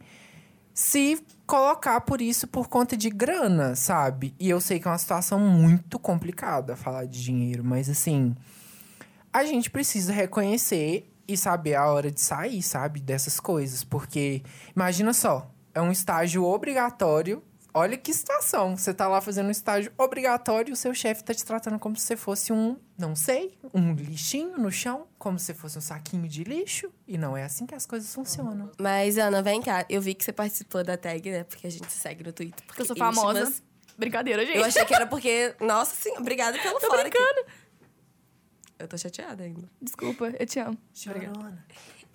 se colocar por isso por conta de grana, sabe? E eu sei que é uma situação muito complicada falar de dinheiro, mas assim, a gente precisa reconhecer e saber a hora de sair, sabe? Dessas coisas. Porque, imagina só, é um estágio obrigatório. Olha que situação. Você tá lá fazendo um estágio obrigatório e o seu chefe tá te tratando como se você fosse um, não sei, um lixinho no chão. Como se você fosse um saquinho de lixo. E não é assim que as coisas funcionam. Mas, Ana, vem cá. Eu vi que você participou da tag, né? Porque a gente se segue no Twitter. Porque eu sou famosa. Íntimas. Brincadeira, gente. Eu achei que era porque... Nossa, sim, obrigada pelo Tô fora. brincando. Aqui. Eu tô chateada ainda. Desculpa, eu te amo. Chorona.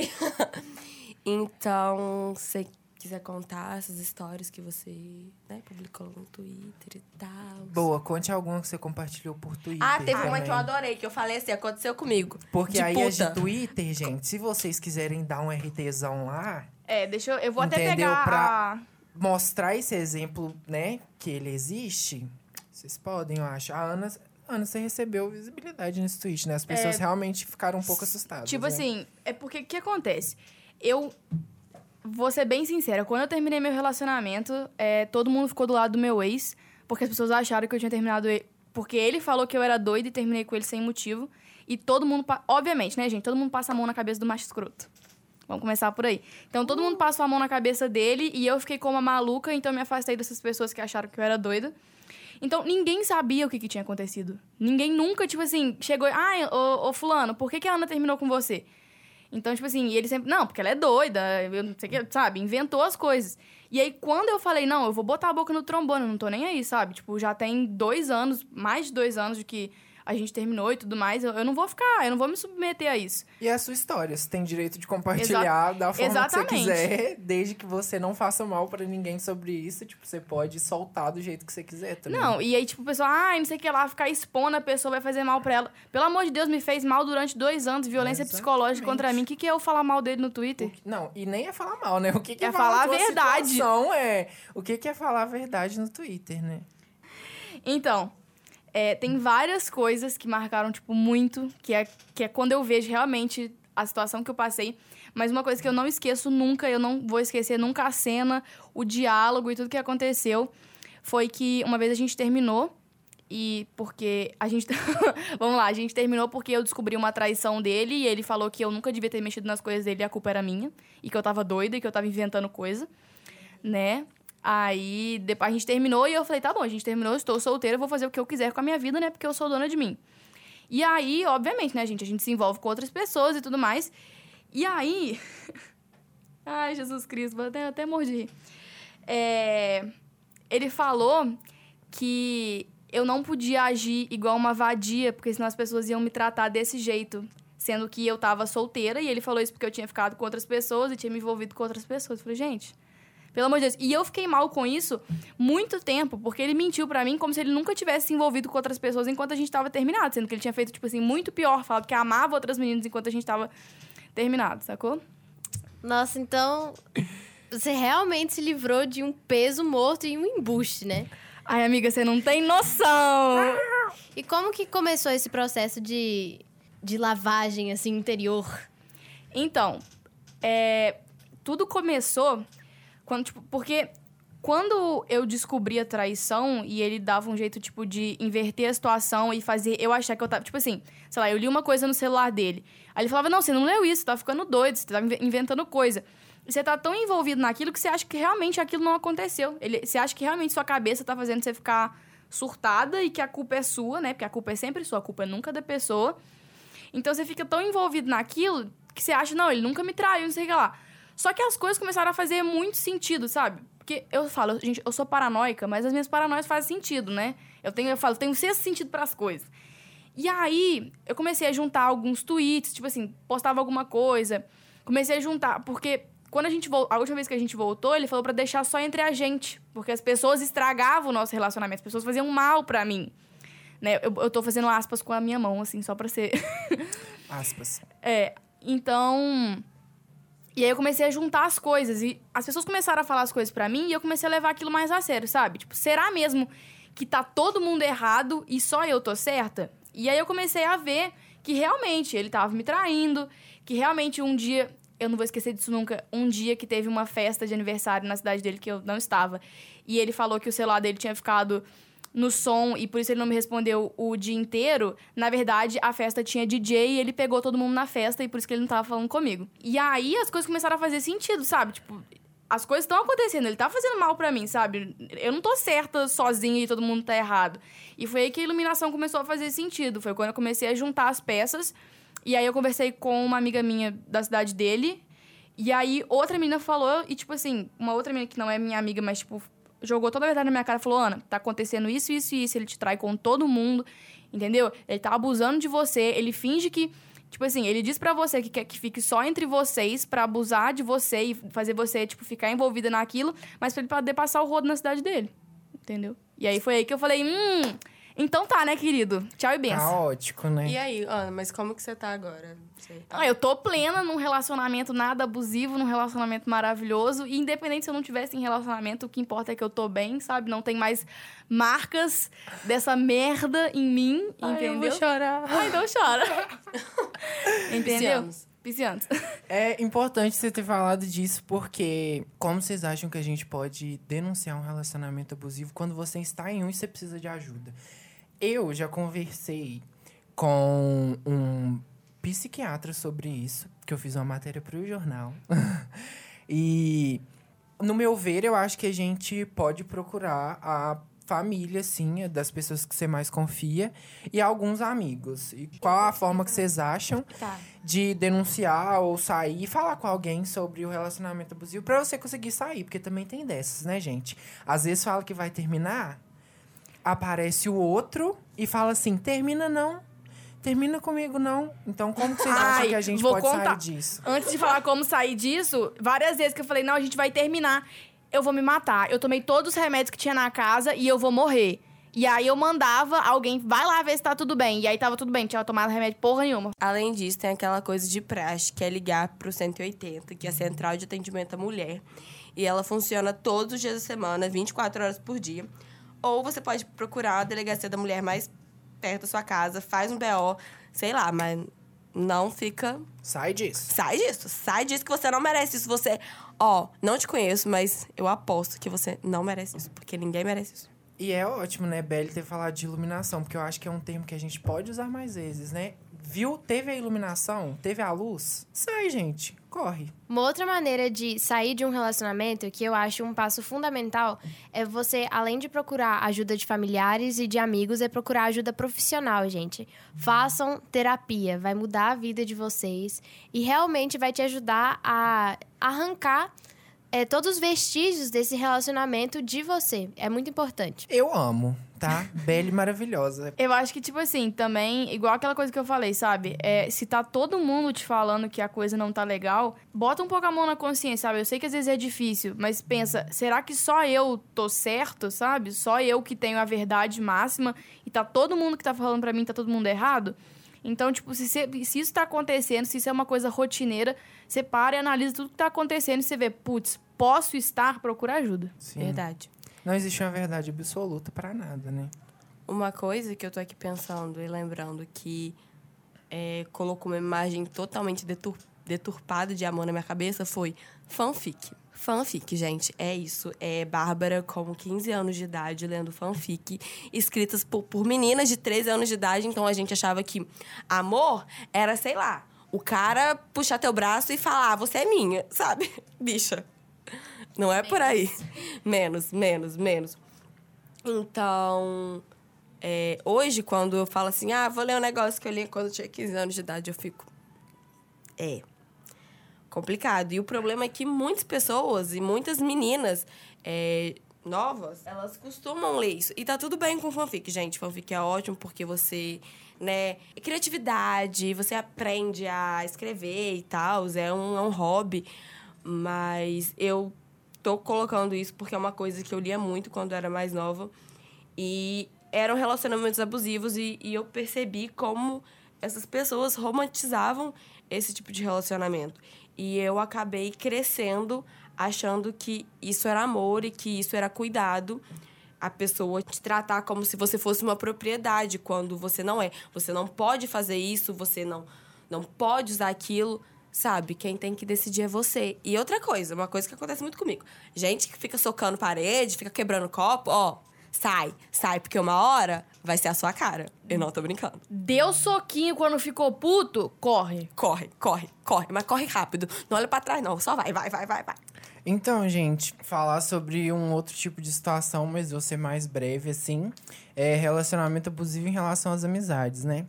Então, se você quiser contar essas histórias que você, né, publicou no Twitter e tal. Boa, conte alguma que você compartilhou por Twitter. Ah, teve uma também. que eu adorei, que eu falei assim, aconteceu comigo. Porque de aí puta. é de Twitter, gente. Se vocês quiserem dar um RTzão lá, É, deixa eu... Eu vou até Entendeu? pegar Pra- a... mostrar esse exemplo, né, que ele existe, vocês podem, eu acho. A Ana, Ana, você recebeu visibilidade nesse tweet, né? As pessoas É. realmente ficaram um pouco assustadas. Tipo né? assim, é porque o que acontece? Eu vou ser bem sincera, quando eu terminei meu relacionamento, é, todo mundo ficou do lado do meu ex, porque as pessoas acharam que eu tinha terminado ele. Porque ele falou que eu era doida e terminei com ele sem motivo. E todo mundo. pa- Obviamente, né, gente? Todo mundo passa a mão na cabeça do macho escroto. Vamos começar por aí. Então, todo mundo passou a mão na cabeça dele e eu fiquei como uma maluca, então eu me afastei dessas pessoas que acharam que eu era doida. Então, ninguém sabia o que, que tinha acontecido. Ninguém nunca, tipo assim, chegou... Ah, ô, ô fulano, por que, que a Ana terminou com você? Então, tipo assim, e ele sempre... Não, porque ela é doida, eu não sei o que, sabe? Inventou as coisas. E aí, quando eu falei, não, eu vou botar a boca no trombone, eu não tô nem aí, sabe? Tipo, já tem dois anos, mais de dois anos de que a gente terminou e tudo mais, eu, eu não vou ficar, eu não vou me submeter a isso. E é a sua história, você tem direito de compartilhar Exa- da forma Exatamente. que você quiser, desde que você não faça mal pra ninguém sobre isso, tipo, você pode soltar do jeito que você quiser também. Não, e aí, tipo, o pessoal, ai, não sei o que lá, ficar expondo, a pessoa vai fazer mal pra ela. Pelo amor de Deus, me fez mal durante dois anos, violência Exatamente. psicológica contra mim. O que, que é eu falar mal dele no Twitter? Que, não, e nem é falar mal, né? O que, que é, é falar a verdade. Situação, é, o que, que é falar a verdade no Twitter, né? Então, é, tem várias coisas que marcaram, tipo, muito, que é, que é quando eu vejo realmente a situação que eu passei. Mas uma coisa que eu não esqueço nunca, eu não vou esquecer nunca a cena, o diálogo e tudo que aconteceu, foi que uma vez a gente terminou, e porque a gente... Vamos lá, a gente terminou porque eu descobri uma traição dele, e ele falou que eu nunca devia ter mexido nas coisas dele e a culpa era minha, e que eu tava doida, e que eu tava inventando coisa, né? Aí, depois a gente terminou e eu falei, tá bom, a gente terminou, eu estou solteira, vou fazer o que eu quiser com a minha vida, né? Porque eu sou dona de mim. E aí, obviamente, né, gente? A gente se envolve com outras pessoas e tudo mais. E aí... Ai, Jesus Cristo, até, até mordi. É... Ele falou que eu não podia agir igual uma vadia, porque senão as pessoas iam me tratar desse jeito. Sendo que eu tava solteira, e ele falou isso porque eu tinha ficado com outras pessoas e tinha me envolvido com outras pessoas. Eu falei, gente... Pelo amor de Deus. E eu fiquei mal com isso muito tempo, porque ele mentiu pra mim como se ele nunca tivesse se envolvido com outras pessoas enquanto a gente tava terminado. Sendo que ele tinha feito, tipo assim, muito pior. Falado que amava outras meninas enquanto a gente tava terminado, sacou? Nossa, então... Você realmente se livrou de um peso morto e um embuste, né? Ai, amiga, você não tem noção! E como que começou esse processo de, de lavagem, assim, interior? Então, é... Tudo começou... Quando, tipo, porque quando eu descobri a traição e ele dava um jeito, tipo, de inverter a situação e fazer eu achar que eu tava... Tipo assim, sei lá, eu li uma coisa no celular dele. Aí ele falava, não, você não leu isso, você tá ficando doido, você tá inventando coisa. E você tá tão envolvido naquilo que você acha que realmente aquilo não aconteceu. Ele, você acha que realmente sua cabeça tá fazendo você ficar surtada e que a culpa é sua, né? Porque a culpa é sempre sua, a culpa é nunca da pessoa. Então você fica tão envolvido naquilo que você acha, não, ele nunca me traiu, não sei o que lá. Só que as coisas começaram a fazer muito sentido, sabe? Porque eu falo, gente, eu sou paranoica, mas as minhas paranoias fazem sentido, né? Eu tenho, eu falo, eu tenho um sexto sentido pras coisas. E aí, eu comecei a juntar alguns tweets, tipo assim, postava alguma coisa. Comecei a juntar, porque quando a gente voltou, a última vez que a gente voltou, ele falou pra deixar só entre a gente. Porque as pessoas estragavam o nosso relacionamento, as pessoas faziam mal pra mim. Né? Eu, eu tô fazendo aspas com a minha mão, assim, só pra ser... Aspas. É, então... E aí eu comecei a juntar as coisas. E as pessoas começaram a falar as coisas pra mim e eu comecei a levar aquilo mais a sério, sabe? Tipo, será mesmo que tá todo mundo errado e só eu tô certa? E aí eu comecei a ver que realmente ele tava me traindo, que realmente um dia... Eu não vou esquecer disso nunca. Um dia que teve uma festa de aniversário na cidade dele que eu não estava. E ele falou que o celular dele tinha ficado no som e por isso ele não me respondeu o dia inteiro. Na verdade, a festa tinha D J e ele pegou todo mundo na festa e por isso que ele não tava falando comigo. E aí as coisas começaram a fazer sentido, sabe? Tipo, as coisas estão acontecendo, ele tá fazendo mal pra mim, sabe? Eu não tô certa sozinha e todo mundo tá errado. E foi aí que a iluminação começou a fazer sentido. Foi quando eu comecei a juntar as peças. E aí eu conversei com uma amiga minha da cidade dele. E aí outra menina falou, e tipo assim, uma outra menina que não é minha amiga, mas tipo... jogou toda a verdade na minha cara e falou, Ana, tá acontecendo isso, isso e isso, ele te trai com todo mundo, entendeu? Ele tá abusando de você, ele finge que... Tipo assim, ele diz pra você que quer que fique só entre vocês pra abusar de você e fazer você, tipo, ficar envolvida naquilo, mas pra ele poder passar o rodo na cidade dele, entendeu? E aí foi aí que eu falei, hum... Então tá, né, querido? Tchau e benção. Caótico, né? E aí, Ana, mas como que você tá agora? Você tá... Ah, eu tô plena num relacionamento nada abusivo, num relacionamento maravilhoso. E independente se eu não tivesse em relacionamento, o que importa é que eu tô bem, sabe? Não tem mais marcas dessa merda em mim, Ai, entendeu? eu vou chorar. Ai, não chora. Entendeu? Piscianos. Piscianos. É importante você ter falado disso, porque como vocês acham que a gente pode denunciar um relacionamento abusivo quando você está em um e você precisa de ajuda? Eu já conversei com um psiquiatra sobre isso, que eu fiz uma matéria para o jornal. E, no meu ver, eu acho que a gente pode procurar a família, sim, das pessoas que você mais confia, e alguns amigos. E qual a forma que vocês acham Tá. de denunciar ou sair e falar com alguém sobre o relacionamento abusivo pra você conseguir sair? Porque também tem dessas, né, gente? Às vezes fala que vai terminar... aparece o outro e fala assim, termina não. Termina comigo, não. Então, como que vocês Ai, acham que a gente vou pode contar. sair disso? Antes de falar como sair disso, várias vezes que eu falei, não, a gente vai terminar, eu vou me matar. Eu tomei todos os remédios que tinha na casa e eu vou morrer. E aí eu mandava alguém, vai lá ver se tá tudo bem. E aí tava tudo bem, tinha tomado remédio porra nenhuma. Além disso, tem aquela coisa de praxe, que é ligar pro cento e oitenta, que é a Central de Atendimento à Mulher. E ela funciona todos os dias da semana, vinte e quatro horas por dia. Ou você pode procurar a delegacia da mulher mais perto da sua casa, faz um B O, sei lá, mas não fica... Sai disso. Sai disso, sai disso que você não merece isso. Você, ó, não te conheço, mas eu aposto que você não merece isso, porque ninguém merece isso. E é ótimo, né, Belle, ter falado de iluminação, porque eu acho que é um termo que a gente pode usar mais vezes, né? Viu? Teve a iluminação? Teve a luz? Sai, gente. Corre. Uma outra maneira de sair de um relacionamento, que eu acho um passo fundamental, é você, além de procurar ajuda de familiares e de amigos, é procurar ajuda profissional, gente. Façam terapia, vai mudar a vida de vocês e realmente vai te ajudar a arrancar é, todos os vestígios desse relacionamento de você. É muito importante. Eu amo, tá? Belle maravilhosa. Eu acho que, tipo assim, também, igual aquela coisa que eu falei, sabe? É, se tá todo mundo te falando que a coisa não tá legal, bota um pouco a mão na consciência, sabe? Eu sei que às vezes é difícil, mas pensa, será que só eu tô certo, sabe? Só eu que tenho a verdade máxima e tá todo mundo que tá falando pra mim, tá todo mundo errado? Então, tipo, se, se, se isso tá acontecendo, se isso é uma coisa rotineira, você para e analisa tudo que tá acontecendo e você vê, putz, posso estar, procura ajuda. Sim. Verdade. Não existe uma verdade absoluta pra nada, né? Uma coisa que eu tô aqui pensando e lembrando que é, colocou uma imagem totalmente detur deturpada de amor na minha cabeça foi fanfic. Fanfic, gente, é isso. É Bárbara com quinze anos de idade lendo fanfic, escritas por, por meninas de treze anos de idade. Então a gente achava que amor era, sei lá, o cara puxar teu braço e falar, ah, você é minha, sabe? Bicha. Não é por aí. Menos, menos, menos. Então, é, hoje, quando eu falo assim, ah, vou ler um negócio que eu li quando eu tinha quinze anos de idade, eu fico... É... complicado. E o problema é que muitas pessoas e muitas meninas é, novas, elas costumam ler isso. E tá tudo bem com fanfic, gente. Fanfic é ótimo porque você, né... É criatividade, você aprende a escrever e tal. É um, é um hobby. Mas eu tô colocando isso porque é uma coisa que eu lia muito quando eu era mais nova. E eram relacionamentos abusivos e, e eu percebi como essas pessoas romantizavam esse tipo de relacionamento. E eu acabei crescendo achando que isso era amor e que isso era cuidado. A pessoa te tratar como se você fosse uma propriedade, quando você não é. Você não pode fazer isso, você não, não pode usar aquilo, sabe? Quem tem que decidir é você. E outra coisa, uma coisa que acontece muito comigo. Gente que fica socando parede, fica quebrando copo, ó... Sai, sai, porque uma hora vai ser a sua cara. Eu não tô brincando. Deu soquinho quando ficou puto, corre. Corre, corre, corre. Mas corre rápido. Não olha pra trás, não. Só vai, vai, vai, vai, vai. Então, gente, falar sobre um outro tipo de situação, mas vou ser mais breve, assim. É relacionamento abusivo em relação às amizades, né?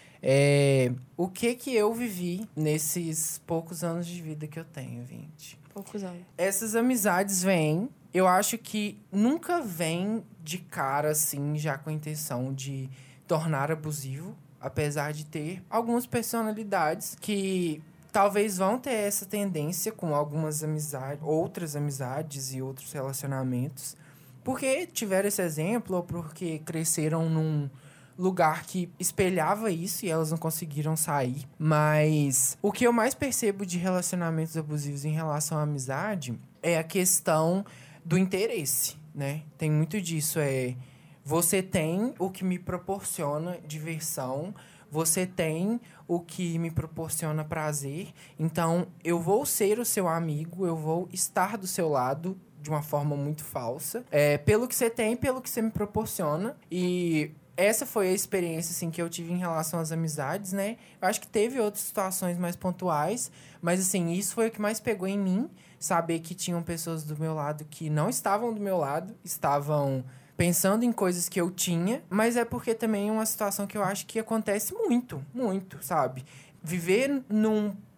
É, o que que eu vivi nesses poucos anos de vida que eu tenho, vinte? Poucos anos. Essas amizades vêm... Eu acho que nunca vem de cara, assim, já com a intenção de tornar abusivo. Apesar de ter algumas personalidades que talvez vão ter essa tendência com algumas amizades, outras amizades e outros relacionamentos. Porque tiveram esse exemplo ou porque cresceram num lugar que espelhava isso e elas não conseguiram sair. Mas o que eu mais percebo de relacionamentos abusivos em relação à amizade é a questão do interesse, né? Tem muito disso, é... Você tem o que me proporciona diversão, você tem o que me proporciona prazer, então eu vou ser o seu amigo, eu vou estar do seu lado de uma forma muito falsa, é, pelo que você tem, pelo que você me proporciona. E essa foi a experiência, assim, que eu tive em relação às amizades, né? Eu acho que teve outras situações mais pontuais, mas, assim, isso foi o que mais pegou em mim. Saber que tinham pessoas do meu lado que não estavam do meu lado, estavam pensando em coisas que eu tinha, mas é porque também é uma situação que eu acho que acontece muito, muito, sabe? Viver num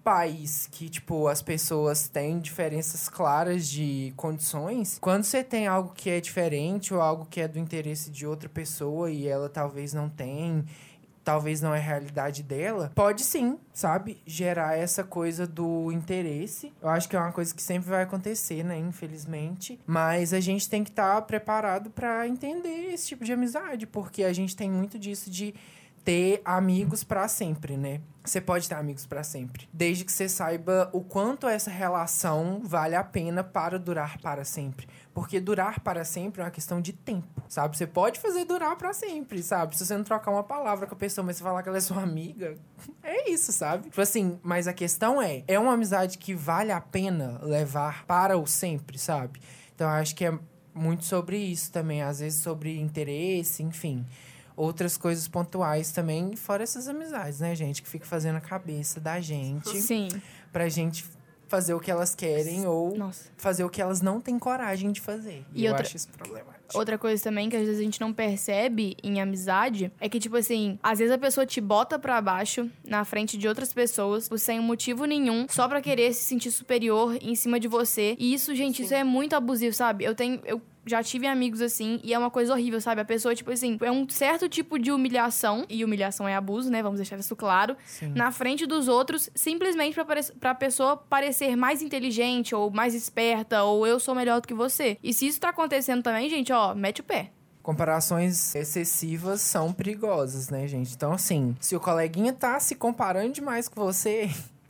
país que, tipo, as pessoas têm diferenças claras de condições, quando você tem algo que é diferente ou algo que é do interesse de outra pessoa e ela talvez não tem, talvez não é a realidade dela, pode sim, sabe, gerar essa coisa do interesse. Eu acho que é uma coisa que sempre vai acontecer, né, infelizmente. Mas a gente tem que estar preparado pra entender esse tipo de amizade, porque a gente tem muito disso de ter amigos pra sempre, né? Você pode ter amigos pra sempre, desde que você saiba o quanto essa relação vale a pena para durar para sempre. Porque durar para sempre é uma questão de tempo, sabe? Você pode fazer durar pra sempre, sabe? Se você não trocar uma palavra com a pessoa, mas você falar que ela é sua amiga, é isso, sabe? Tipo assim, mas a questão é, é uma amizade que vale a pena levar para o sempre, sabe? Então, eu acho que é muito sobre isso também, às vezes sobre interesse, enfim. Outras coisas pontuais também, fora essas amizades, né, gente? Que fica fazendo a cabeça da gente. Sim. Pra gente fazer o que elas querem ou Nossa. fazer o que elas não têm coragem de fazer. E, E eu outra- acho isso problemático. Outra coisa também que às vezes a gente não percebe em amizade é que, tipo assim, às vezes a pessoa te bota pra baixo na frente de outras pessoas sem motivo nenhum, só pra querer se sentir superior em cima de você. E isso, gente, isso é muito abusivo, sabe? Eu tenho. Eu já tive amigos assim e é uma coisa horrível, sabe? A pessoa, tipo assim, é um certo tipo de humilhação, e humilhação é abuso, né? Vamos deixar isso claro. Sim. Na frente dos outros, simplesmente pra, pare- pra pessoa parecer mais inteligente ou mais esperta, ou eu sou melhor do que você. E se isso tá acontecendo também, gente, ó, mete o pé. Comparações excessivas são perigosas, né, gente? Então, assim, se o coleguinha tá se comparando demais com você,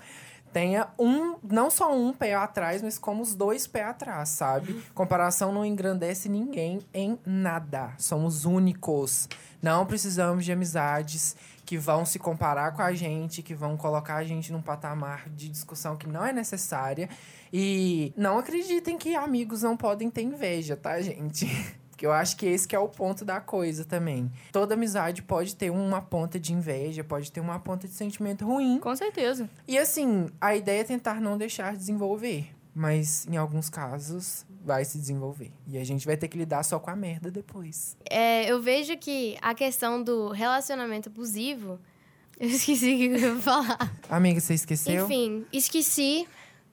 tenha um, não só um pé atrás, mas como os dois pés atrás, sabe? Comparação não engrandece ninguém em nada. Somos únicos. Não precisamos de amizades que vão se comparar com a gente, que vão colocar a gente num patamar de discussão que não é necessária. E não acreditem que amigos não podem ter inveja, tá, gente? Porque eu acho que esse que é o ponto da coisa também. Toda amizade pode ter uma ponta de inveja, pode ter uma ponta de sentimento ruim. Com certeza. E assim, a ideia é tentar não deixar desenvolver. Mas em alguns casos vai se desenvolver. E a gente vai ter que lidar só com a merda depois. É, eu vejo que a questão do relacionamento abusivo... Eu esqueci o que eu ia falar. Amiga, você esqueceu? Enfim, esqueci.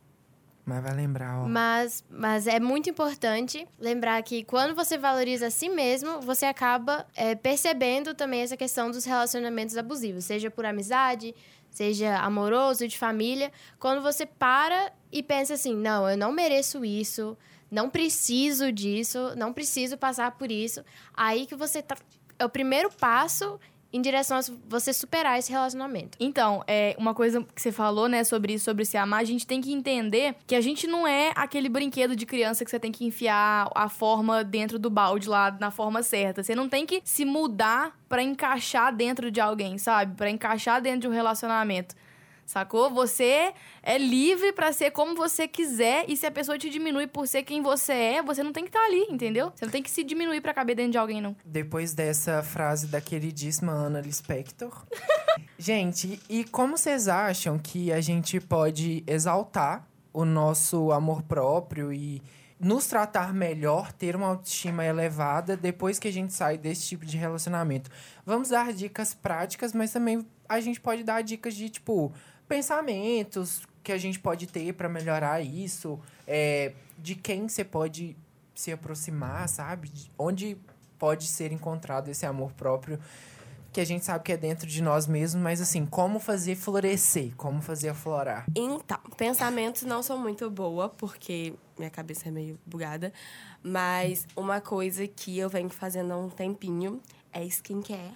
Mas vai lembrar, ó. Mas, mas é muito importante lembrar que quando você valoriza a si mesmo, você acaba é, percebendo também essa questão dos relacionamentos abusivos. Seja por amizade, seja amoroso, de família. Quando você para e pensa assim, não, eu não mereço isso, não preciso disso, não preciso passar por isso. Aí que você tá... É o primeiro passo em direção a você superar esse relacionamento. Então, é uma coisa que você falou, né, sobre isso, sobre se amar, a gente tem que entender que a gente não é aquele brinquedo de criança que você tem que enfiar a forma dentro do balde lá, na forma certa. Você não tem que se mudar pra encaixar dentro de alguém, sabe? Pra encaixar dentro de um relacionamento. Sacou? Você é livre pra ser como você quiser, e se a pessoa te diminui por ser quem você é, você não tem que estar ali, entendeu? Você não tem que se diminuir pra caber dentro de alguém, não. Depois dessa frase da queridíssima Ana Lispector. Gente, e como vocês acham que a gente pode exaltar o nosso amor próprio e nos tratar melhor, ter uma autoestima elevada depois que a gente sai desse tipo de relacionamento? Vamos dar dicas práticas, mas também a gente pode dar dicas de, tipo, pensamentos que a gente pode ter pra melhorar isso, é, de quem você pode se aproximar, sabe? De onde pode ser encontrado esse amor próprio, que a gente sabe que é dentro de nós mesmos, mas assim, como fazer florescer, como fazer aflorar. Então, pensamentos não são muito boa, porque minha cabeça é meio bugada, mas uma coisa que eu venho fazendo há um tempinho é skincare.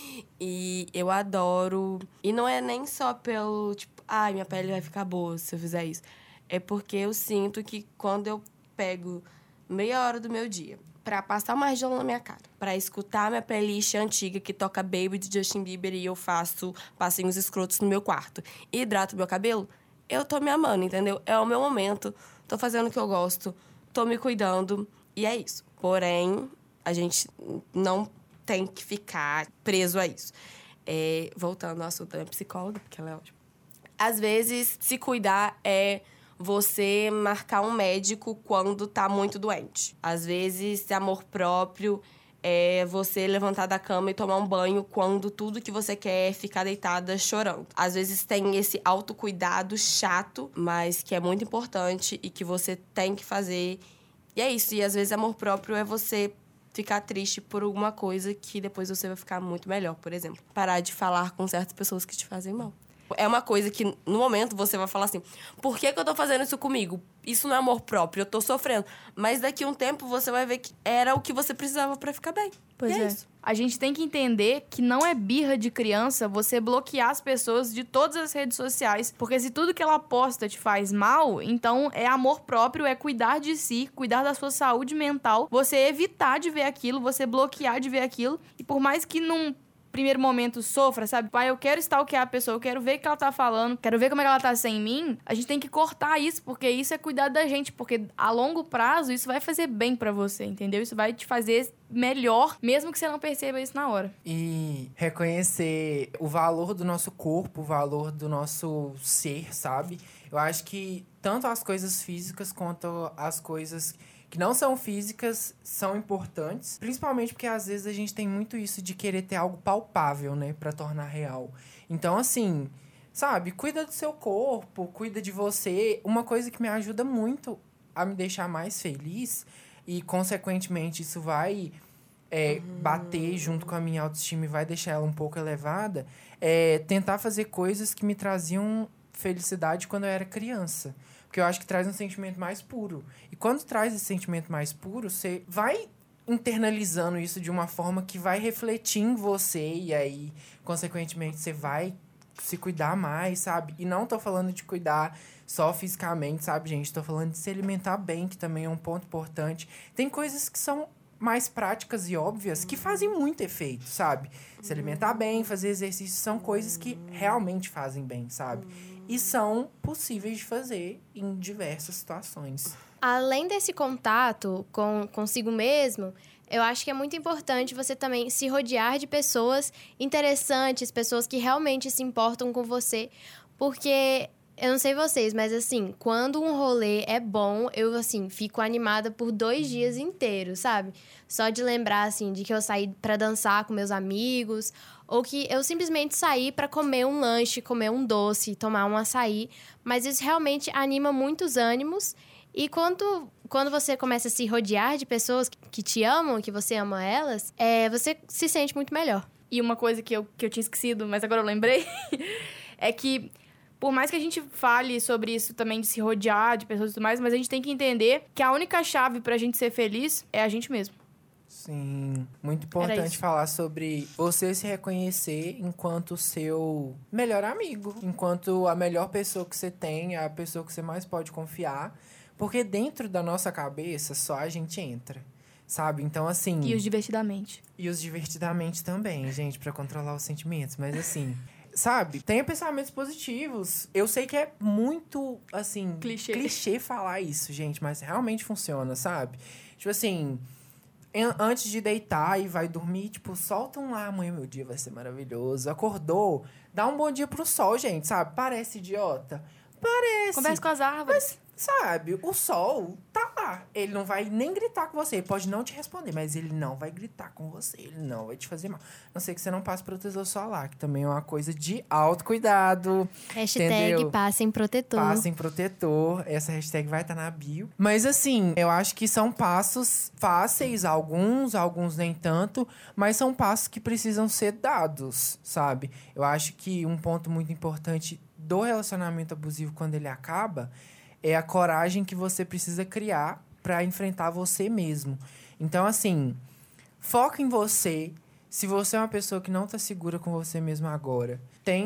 E eu adoro. E não é nem só pelo, tipo, ai, ah, minha pele vai ficar boa se eu fizer isso. É porque eu sinto que quando eu pego meia hora do meu dia pra passar mais gel na minha cara, pra escutar minha playlist antiga que toca Baby de Justin Bieber e eu faço passinhos escrotos no meu quarto e hidrato meu cabelo, eu tô me amando, entendeu? É o meu momento, tô fazendo o que eu gosto, tô me cuidando e é isso. Porém, a gente não tem que ficar preso a isso. É, voltando ao assunto da minha psicóloga, porque ela é ótima. Às vezes, se cuidar é você marcar um médico quando tá muito doente. Às vezes, amor próprio é você levantar da cama e tomar um banho quando tudo que você quer é ficar deitada chorando. Às vezes tem esse autocuidado chato, mas que é muito importante e que você tem que fazer. E é isso. E às vezes amor próprio é você ficar triste por alguma coisa que depois você vai ficar muito melhor, por exemplo. Parar de falar com certas pessoas que te fazem mal. É uma coisa que, no momento, você vai falar assim, por que que eu tô fazendo isso comigo? Isso não é amor próprio, eu tô sofrendo. Mas daqui a um tempo, você vai ver que era o que você precisava pra ficar bem. Pois e é, é. isso. A gente tem que entender que não é birra de criança você bloquear as pessoas de todas as redes sociais. Porque se tudo que ela posta te faz mal, então é amor próprio, é cuidar de si, cuidar da sua saúde mental. Você evitar de ver aquilo, você bloquear de ver aquilo. E por mais que não... primeiro momento sofra, sabe? Pai, eu quero stalkear a pessoa, eu quero ver o que ela tá falando, quero ver como é que ela tá sem mim. A gente tem que cortar isso, porque isso é cuidar da gente, porque a longo prazo isso vai fazer bem pra você, entendeu? Isso vai te fazer melhor, mesmo que você não perceba isso na hora. E reconhecer o valor do nosso corpo, o valor do nosso ser, sabe? Eu acho que tanto as coisas físicas quanto as coisas que não são físicas, são importantes. Principalmente porque, às vezes, a gente tem muito isso de querer ter algo palpável, né? Pra tornar real. Então, assim, sabe? Cuida do seu corpo, cuida de você. Uma coisa que me ajuda muito a me deixar mais feliz e, consequentemente, isso vai é, uhum. bater junto com a minha autoestima e vai deixar ela um pouco elevada, é tentar fazer coisas que me traziam felicidade quando eu era criança. Porque eu acho que traz um sentimento mais puro. E quando traz esse sentimento mais puro, você vai internalizando isso de uma forma que vai refletir em você. E aí, consequentemente, você vai se cuidar mais, sabe? E não tô falando de cuidar só fisicamente, sabe, gente? Tô falando de se alimentar bem, que também é um ponto importante. Tem coisas que são mais práticas e óbvias que fazem muito efeito, sabe? Se alimentar bem, fazer exercício, são coisas que realmente fazem bem, sabe? E são possíveis de fazer em diversas situações. Além desse contato com consigo mesmo, eu acho que é muito importante você também se rodear de pessoas interessantes, pessoas que realmente se importam com você, porque... eu não sei vocês, mas assim, quando um rolê é bom, eu, assim, fico animada por dois dias inteiros, sabe? Só de lembrar, assim, de que eu saí pra dançar com meus amigos, ou que eu simplesmente saí pra comer um lanche, comer um doce, tomar um açaí. Mas isso realmente anima muitos ânimos. E quando, quando você começa a se rodear de pessoas que te amam, que você ama elas, é, você se sente muito melhor. E uma coisa que eu, que eu tinha esquecido, mas agora eu lembrei, é que... por mais que a gente fale sobre isso também, de se rodear de pessoas e tudo mais, mas a gente tem que entender que a única chave pra gente ser feliz é a gente mesmo. Sim, muito importante falar sobre você se reconhecer enquanto seu melhor amigo, enquanto a melhor pessoa que você tem, a pessoa que você mais pode confiar, porque dentro da nossa cabeça só a gente entra, sabe? Então, assim... E os divertidamente. E os divertidamente também, gente, pra controlar os sentimentos, mas assim... sabe? Tenha pensamentos positivos. Eu sei que é muito, assim... clichê. Clichê falar isso, gente. Mas realmente funciona, sabe? Tipo assim... em- antes de deitar e vai dormir, tipo... solta um lá, amanhã meu dia vai ser maravilhoso. Acordou, dá um bom dia pro sol, gente, sabe? Parece idiota? Parece. Conversa com as árvores. Sabe, o sol tá lá. Ele não vai nem gritar com você. Ele pode não te responder, mas ele não vai gritar com você. Ele não vai te fazer mal. A não ser que você não passe protetor solar, que também é uma coisa de autocuidado. Hashtag entendeu? passem protetor. Passem protetor. Essa hashtag vai estar na bio. Mas assim, eu acho que são passos fáceis, alguns, alguns nem tanto. Mas são passos que precisam ser dados, sabe? Eu acho que um ponto muito importante do relacionamento abusivo quando ele acaba... é a coragem que você precisa criar pra enfrentar você mesmo. Então, assim, foca em você. Se você é uma pessoa que não tá segura com você mesmo agora,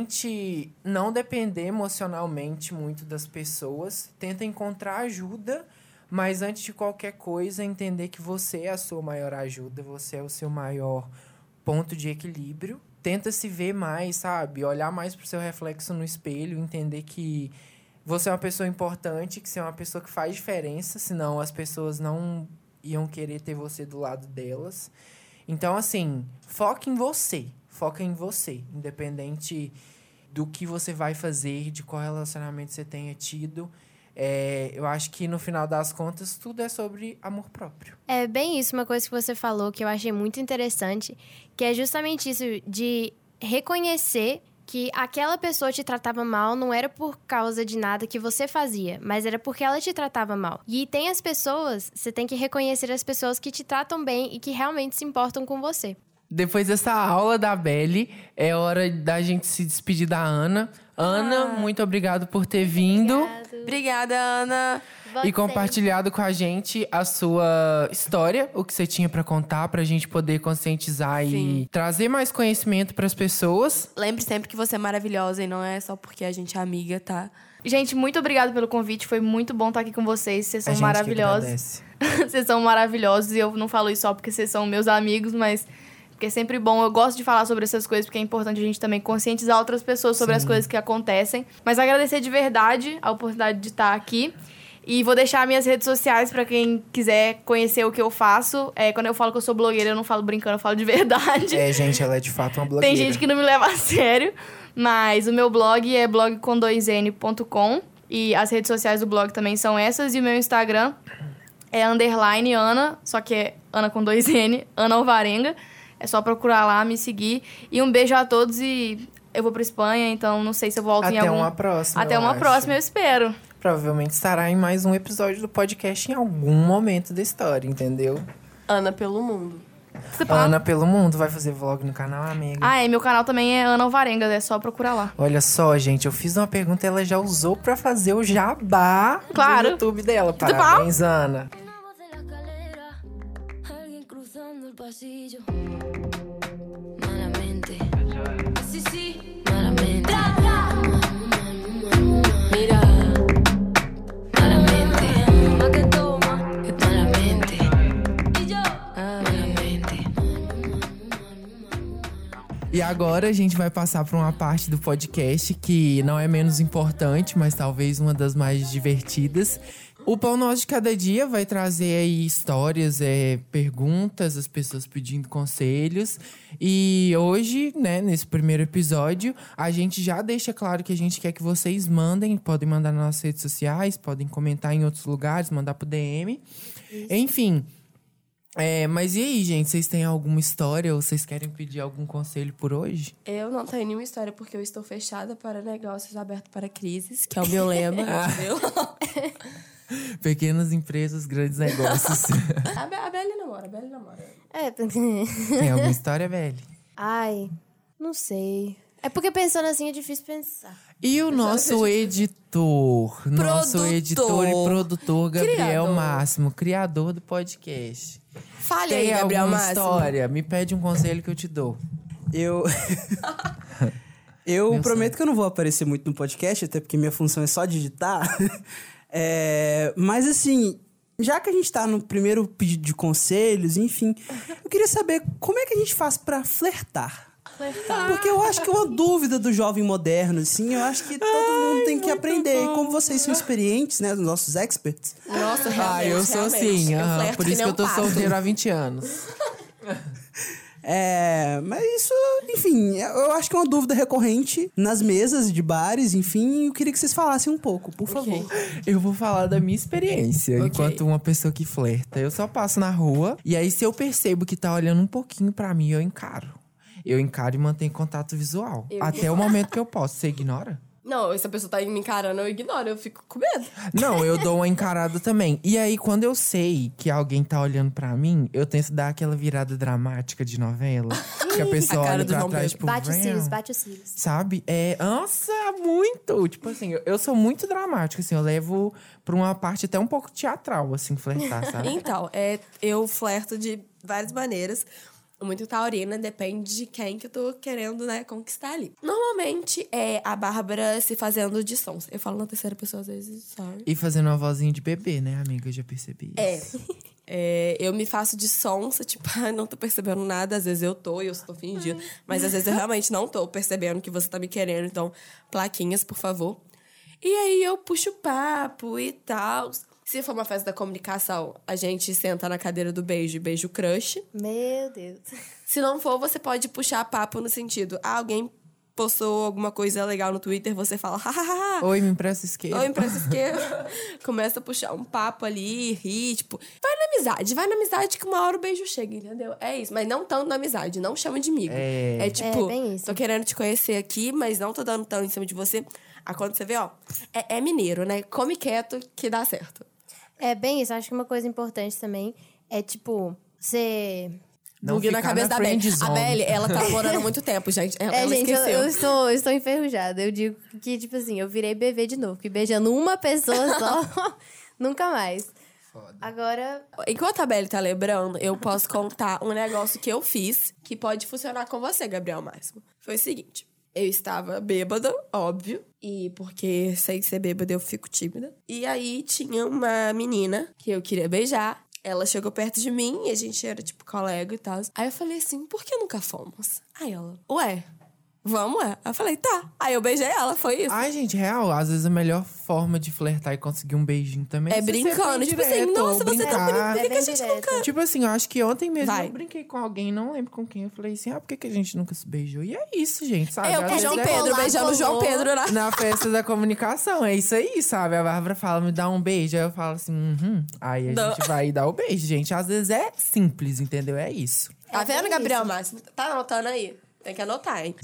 tente não depender emocionalmente muito das pessoas. Tenta encontrar ajuda, mas antes de qualquer coisa, entender que você é a sua maior ajuda, você é o seu maior ponto de equilíbrio. Tenta se ver mais, sabe? Olhar mais pro seu reflexo no espelho, entender que você é uma pessoa importante, que você é uma pessoa que faz diferença, senão as pessoas não iam querer ter você do lado delas. Então, assim, foca em você. Foca em você, independente do que você vai fazer, de qual relacionamento você tenha tido. É, eu acho que no final das contas tudo é sobre amor próprio. É bem isso, uma coisa que você falou que eu achei muito interessante, que é justamente isso de reconhecer que aquela pessoa te tratava mal não era por causa de nada que você fazia, mas era porque ela te tratava mal. E tem as pessoas, você tem que reconhecer as pessoas que te tratam bem e que realmente se importam com você. Depois dessa aula da Belle, é hora da gente se despedir da Ana. Ana, ah, muito obrigado por ter vindo. Obrigado. Obrigada, Ana. E compartilhado com a gente a sua história, o que você tinha pra contar, pra gente poder conscientizar Sim. e trazer mais conhecimento pras pessoas. Lembre sempre que você é maravilhosa e não é só porque a gente é amiga, tá? Gente, muito obrigada pelo convite. Foi muito bom estar aqui com vocês. Vocês são maravilhosos. Vocês são maravilhosos e eu não falo isso só porque vocês são meus amigos, mas porque é sempre bom. Eu gosto de falar sobre essas coisas porque é importante a gente também conscientizar outras pessoas sobre Sim. as coisas que acontecem. Mas agradecer de verdade a oportunidade de estar aqui. E vou deixar minhas redes sociais pra quem quiser conhecer o que eu faço. É, quando eu falo que eu sou blogueira, eu não falo brincando, eu falo de verdade. É, gente, ela é de fato uma blogueira. Tem gente que não me leva a sério. Mas o meu blog é blog com dois n ponto com. E as redes sociais do blog também são essas. E o meu Instagram é underline Ana, só que é Ana com dois N, Ana Alvarenga. É só procurar lá, me seguir. E um beijo a todos e eu vou pra Espanha, então não sei se eu volto Até em algum... Até uma próxima, Até uma acho. próxima, eu espero. Provavelmente estará em mais um episódio do podcast em algum momento da história, entendeu? Ana pelo mundo. Ana pelo mundo vai fazer vlog no canal, amiga. Ah, é, meu canal também é Ana Alvarenga, é só procurar lá. Olha só, gente, eu fiz uma pergunta e ela já usou pra fazer o jabá claro. do YouTube dela. Parabéns, Ana. E agora a gente vai passar para uma parte do podcast que não é menos importante, mas talvez uma das mais divertidas. O Pão Nosso de Cada Dia vai trazer aí histórias, é, perguntas, as pessoas pedindo conselhos. E hoje, né, nesse primeiro episódio, a gente já deixa claro que a gente quer que vocês mandem. Podem mandar nas nossas redes sociais, podem comentar em outros lugares, mandar pro D M. Isso. Enfim... É, mas e aí, gente? Vocês têm alguma história ou vocês querem pedir algum conselho por hoje? Eu não tenho nenhuma história porque eu estou fechada para negócios, aberto para crises, que é o meu lema, entendeu? Pequenas empresas, grandes negócios. A, Be- a Belle namora, a Belle namora. É, tem alguma história, Belle? Ai, não sei. É porque pensando assim é difícil pensar. E o nosso editor, Produtor. nosso editor e produtor, Gabriel Criador. Máximo, criador do podcast. Fale Tem aí, Gabriel alguma Máximo. história? Me pede um conselho que eu te dou. Eu... eu Meu prometo sonho. que eu não vou aparecer muito no podcast, até porque minha função é só digitar. É, mas assim, já que a gente tá no primeiro pedido de conselhos, enfim, eu queria saber como é que a gente faz pra flertar. Flertar. Porque eu acho que é uma dúvida do jovem moderno, assim, eu acho que todo Ai, mundo tem que muito aprender. bom. E como vocês são experientes, né, os nossos experts. Nossa, Ah, realmente, eu sou realmente. assim, Eu aham, flerto por que isso que nem eu tô um pato. solteiro há vinte anos. É, mas isso, enfim, eu acho que é uma dúvida recorrente nas mesas de bares, enfim, eu queria que vocês falassem um pouco, por favor. Eu vou falar da minha experiência Ok. enquanto uma pessoa que flerta. Eu só passo na rua e aí se eu percebo que tá olhando um pouquinho pra mim, eu encaro. Eu encaro e mantenho contato visual. Eu- Até o momento que eu posso. Você ignora? Não, se a pessoa tá me encarando, eu ignoro, eu fico com medo. Não, eu dou uma encarada também. E aí, quando eu sei que alguém tá olhando pra mim, eu tento dar aquela virada dramática de novela. Que a pessoa A cara olha do pra João trás, Pedro. tipo... Bate os "Vrém", cílios, bate os cílios. sabe? É, nossa, muito! Tipo assim, eu, eu sou muito dramática, assim. Eu levo pra uma parte até um pouco teatral, assim, flertar, sabe? Então, é, eu flerto de várias maneiras. Muito taurina, depende de quem que eu tô querendo, né, conquistar ali. Normalmente, é a Bárbara se fazendo de sons. Eu falo na terceira pessoa às vezes, sorry. E fazendo uma vozinha de bebê, né, amiga? Eu já percebi isso. É. É, eu me faço de sonsa, tipo, ah, não tô percebendo nada. Às vezes eu tô e eu estou fingindo. Mas às vezes eu realmente não tô percebendo que você tá me querendo. Então, plaquinhas, por favor. E aí eu puxo papo e tal. Se for uma festa da comunicação, a gente senta na cadeira do beijo e beijo crush. Meu Deus. Se não for, você pode puxar papo no sentido, ah, alguém postou alguma coisa legal no Twitter, você fala, hahaha. Oi, me empresta isqueiro. Oi, empresta isqueiro. Começa a puxar um papo ali, rir, tipo... Vai na amizade, vai na amizade que uma hora o beijo chega, entendeu? É isso, mas não tanto na amizade, não chama de amigo. É, é tipo, É, bem isso. tô querendo te conhecer aqui, mas não tô dando tão em cima de você. Aí quando você vê, ó, é, é mineiro, né? Come quieto que dá certo. É bem isso. Acho que uma coisa importante também é, tipo, você... Não Bug na ficar cabeça na da Belly. friend A zone. Belly, ela tá namorando há muito tempo, gente. Ela, É, ela gente, eu, esqueceu. eu estou, eu estou enferrujada. Eu digo que, tipo assim, eu virei bebê de novo. Que beijando uma pessoa só, nunca mais. Foda. Agora, Enquanto a Belly tá lembrando, eu posso contar um negócio que eu fiz que pode funcionar com você, Gabriel Máximo. Foi o seguinte. Eu estava bêbada, óbvio. E porque sem ser bêbada eu fico tímida. E aí tinha uma menina que eu queria beijar. Ela chegou perto de mim e a gente era, tipo, colega e tal. Aí eu falei assim, por que nunca fomos? Aí ela, ué, vamos, é? Aí eu falei, tá. Aí eu beijei ela, foi isso. Ai, gente, real, às vezes a melhor forma de flertar e conseguir um beijinho também É você ser brincando, bem tipo assim, direto, nossa, ou você tá brincar. bonito, por que, É que a bem gente direto. nunca... Tipo assim, eu acho que ontem mesmo Vai. eu brinquei com alguém, não lembro com quem. Eu falei assim, ah, por que, que a gente nunca se beijou? E é isso, gente, sabe? Eu Às com o vezes João é- Pedro, colar, beijando o João colou. Pedro, né? Na festa da comunicação, é isso aí, sabe? A Bárbara fala, me dá um beijo. Aí eu falo assim, uhum. Aí a Não. gente vai dar o beijo, gente. Às vezes é simples, entendeu? É isso. Tá vendo, bem Gabriel isso. Máximo? Tá anotando aí? Tem que anotar, hein?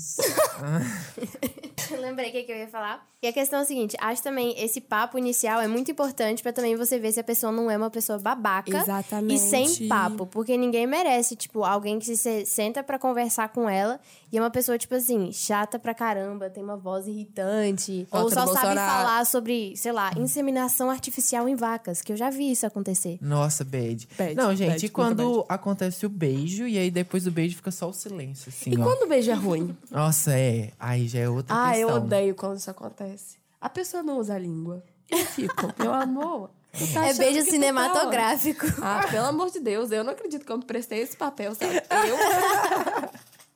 eu lembrei o que, que eu ia falar. E a questão é a seguinte, acho também esse papo inicial é muito importante pra também você ver se a pessoa não é uma pessoa babaca. Exatamente. E sem papo. Porque ninguém merece, tipo, alguém que se senta pra conversar com ela e é uma pessoa, tipo assim, chata pra caramba, tem uma voz irritante. Volta ou só do sabe Bolsonaro. falar sobre, sei lá, inseminação artificial em vacas. Que eu já vi isso acontecer. Nossa, bad. Bad, Não, gente, bad, e quando muito acontece o beijo e aí depois do beijo fica só o silêncio, assim, E ó. quando o beijo é ruim? Nossa, é. Aí já é outra Ah, questão. eu odeio quando isso acontece. A pessoa não usa a língua. Eu fico, meu amor. tu tá É achando beijo que tu tá cinematográfico. onde? Ah, pelo amor de Deus, eu não acredito que eu me prestei esse papel, sabe? Eu.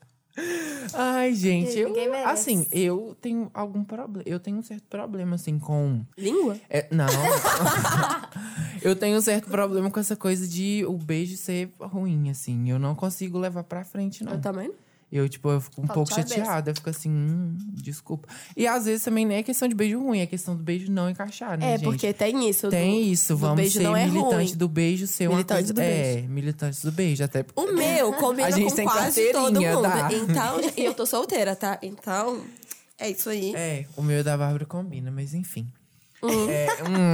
Ai, gente, eu, Ninguém merece. assim, eu tenho algum problema. Eu tenho um certo problema, assim, com. Língua? É, não. Eu tenho um certo problema com essa coisa de o beijo ser ruim, assim. Eu não consigo levar pra frente, não. Eu também. Eu, tipo, eu fico um Falo, pouco tchau, chateada. Eu fico assim, hum, desculpa. E às vezes também nem é questão de beijo ruim, é questão do beijo não encaixar, né, É, gente? porque tem isso. Tem do, isso, do vamos beijo ser não é militante ruim. do beijo ser Militante uma coisa... do beijo. É, militantes do beijo, até... O meu combina A gente com tem quase todo carteirinha, mundo. tá? Então, e eu tô solteira, tá? Então, é isso aí. É, o meu e da Bárbara combina, mas enfim. Hum. É,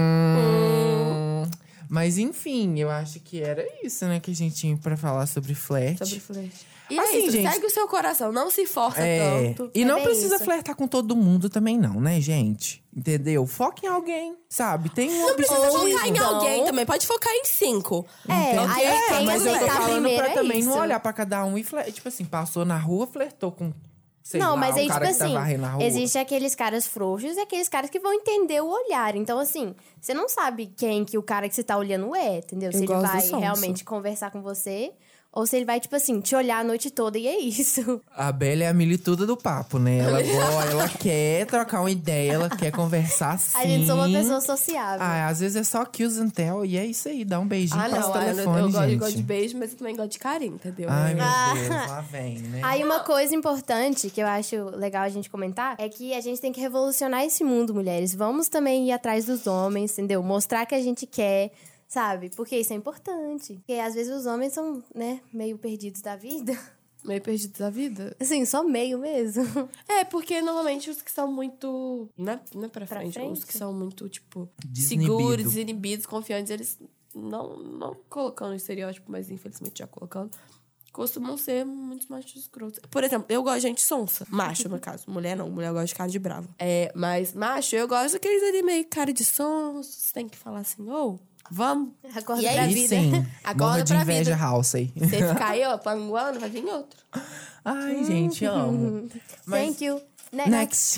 hum, Mas enfim, eu acho que era isso, né, que a gente tinha pra falar sobre flerte. Sobre flerte. E Assim, é isso, gente, segue o seu coração, não se força É, tanto. e É não bem precisa isso. flertar com todo mundo também não, né, gente? Entendeu? Foca em alguém, sabe? Tem um Não precisa objetivo. focar em então- alguém também, pode focar em cinco. É, Ok? aí É, quem Mas eu tô acertar falando primeiro pra é também isso. não olhar pra cada um e flertar. Tipo assim, passou na rua, flertou com, sei não, lá, mas um aí, cara tipo que tá assim, varrendo na rua. existe aqueles caras frouxos e aqueles caras que vão entender o olhar. Então, assim, você não sabe quem que o cara que você tá olhando é, entendeu? Se Eu ele gosto do vai sonso. realmente conversar com você ou se ele vai, tipo assim, te olhar a noite toda e é isso. A Bela é a milituda do papo, né? Ela, gosta, ela quer trocar uma ideia, ela quer conversar sim. A gente sou uma pessoa sociável. Ah, às vezes é só kills and tell e é isso aí, dá um beijinho, Ah, passa o não, eu, telefone, eu, gosto, gente. eu gosto de beijo, mas eu também gosto de carinho, entendeu? Ai, meu Ah. Deus, lá vem, né? Aí uma coisa importante que eu acho legal a gente comentar é que a gente tem que revolucionar esse mundo, mulheres. Vamos também ir atrás dos homens, entendeu? Mostrar que a gente quer, sabe? Porque isso é importante. Porque às vezes os homens são, né, meio perdidos da vida. Meio perdido da vida. Assim, só meio mesmo. É, porque normalmente os que são muito. Não é, não é pra, Pra frente, frente? os que são muito, tipo, Desinibido. seguros, desinibidos, confiantes, eles não, não colocando o estereótipo, mas infelizmente já colocando. Costumam ser muitos machos escrotos. Por exemplo, eu gosto de gente sonsa. Macho, no caso. Mulher não. Mulher gosta de cara de brava. É, mas macho, eu gosto daqueles ali meio cara de sonso. Você tem que falar assim, ô, vamos. Acorda E aí, pra E vida. sim, Acorda morra de pra inveja vida. house aí. Você ficar aí, ó, panguando, vai vir outro. Ai, gente, amo. Mas- Thank you. Next. Next.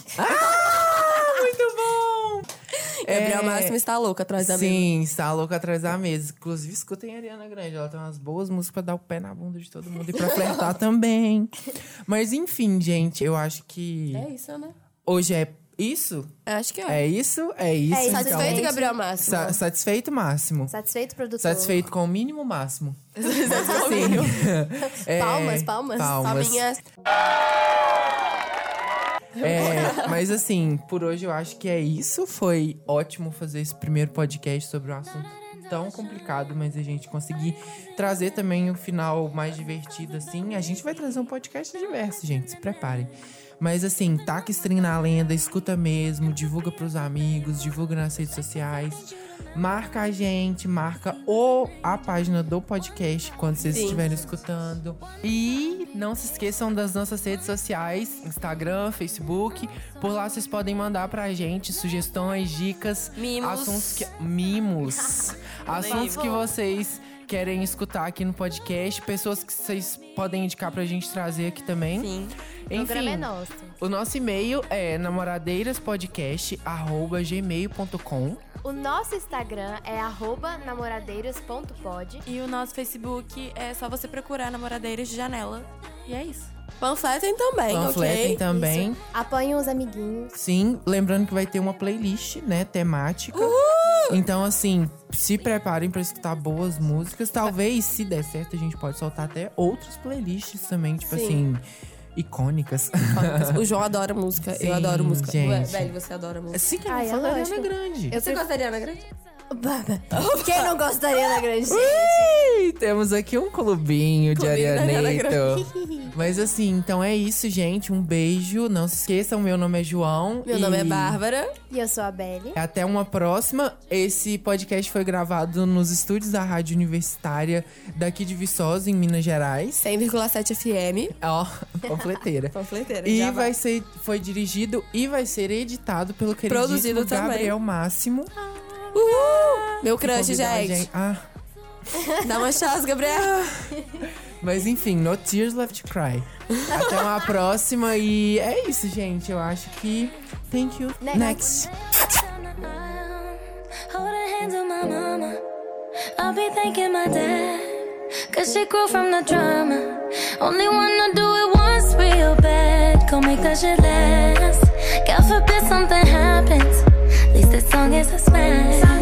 Ah, muito bom! Gabriel É, Máximo está louco atrás da mesa. Sim, está louca atrás da mesa. Inclusive, escutem a Ariana Grande. Ela tem umas boas músicas pra dar o pé na bunda de todo mundo e pra flertar também. Mas enfim, gente, eu acho que É isso, né? hoje é isso? Eu acho que é. É isso? É isso. É isso, então. Satisfeito, Gabriel Máximo? Sa- satisfeito máximo. Satisfeito, produtor? Satisfeito com o mínimo máximo. Satisfeito. É, Palmas, palmas. Palmas. Palminhas. É, mas assim, por hoje eu acho que é isso. Foi ótimo fazer esse primeiro podcast sobre um assunto tão complicado, mas a gente conseguir trazer também um final mais divertido, assim. A gente vai trazer um podcast diverso, gente, se preparem. Mas assim, taca stream na lenda, escuta mesmo, divulga pros amigos, divulga nas redes sociais. Marca a gente, marca o, a página do podcast quando vocês Sim. estiverem escutando. E não se esqueçam das nossas redes sociais, Instagram, Facebook. Por lá vocês podem mandar pra gente sugestões, dicas, mimos. assuntos que... Mimos. assuntos que vocês querem escutar aqui no podcast. Pessoas que vocês podem indicar pra gente trazer aqui também. Sim. Enfim, o programa é nosso. O nosso e-mail é namoradeiraspodcast arroba gmail ponto com. O nosso Instagram é arroba namoradeiras ponto pod. E o nosso Facebook é só você procurar Namoradeiras de Janela. E é isso. Panfletem também, Panfletem ok? também. Isso. Apoiem os amiguinhos. Sim, lembrando que vai ter uma playlist, né, temática. Uhul! Então, assim, se preparem pra escutar boas músicas. Talvez, se der certo, a gente pode soltar até outras playlists também, tipo Sim. assim... Icônicas. O João adora música. Sim, eu adoro música. gente. Ué, velho, você adora música. Sim, que Ai, eu falo é Ariana lógico. Grande. Eu você pref... gosta da Ariana Grande? Quem não gosta da Ariana Grande? Ui, temos aqui um clubinho de Clubinho da Ariana Arianeito. Mas assim, então é isso, gente. Um beijo. Não se esqueçam, meu nome é João. Meu e... nome é Bárbara. E eu sou a Belle. Até uma próxima. Esse podcast foi gravado nos estúdios da Rádio Universitária daqui de Viçosa, em Minas Gerais. cem vírgula sete F M. Ó, panfleteira. Panfleteira. E já vai ser, foi dirigido e vai ser editado pelo queridíssimo Produzido Gabriel também. Máximo. Uhul! Meu Que crush, convidou a gente. Ah, Dá uma chance, Gabriel. mas enfim, no tears left to cry. Até uma próxima e é isso, gente. Eu acho que... Thank you. Next. Next. Hold the hands of my mama. I'll be thanking my dad, cause she grew from the drama. Only wanna do it once real bad. Go make that shit last. God forbid something happens. At least this song is a smash.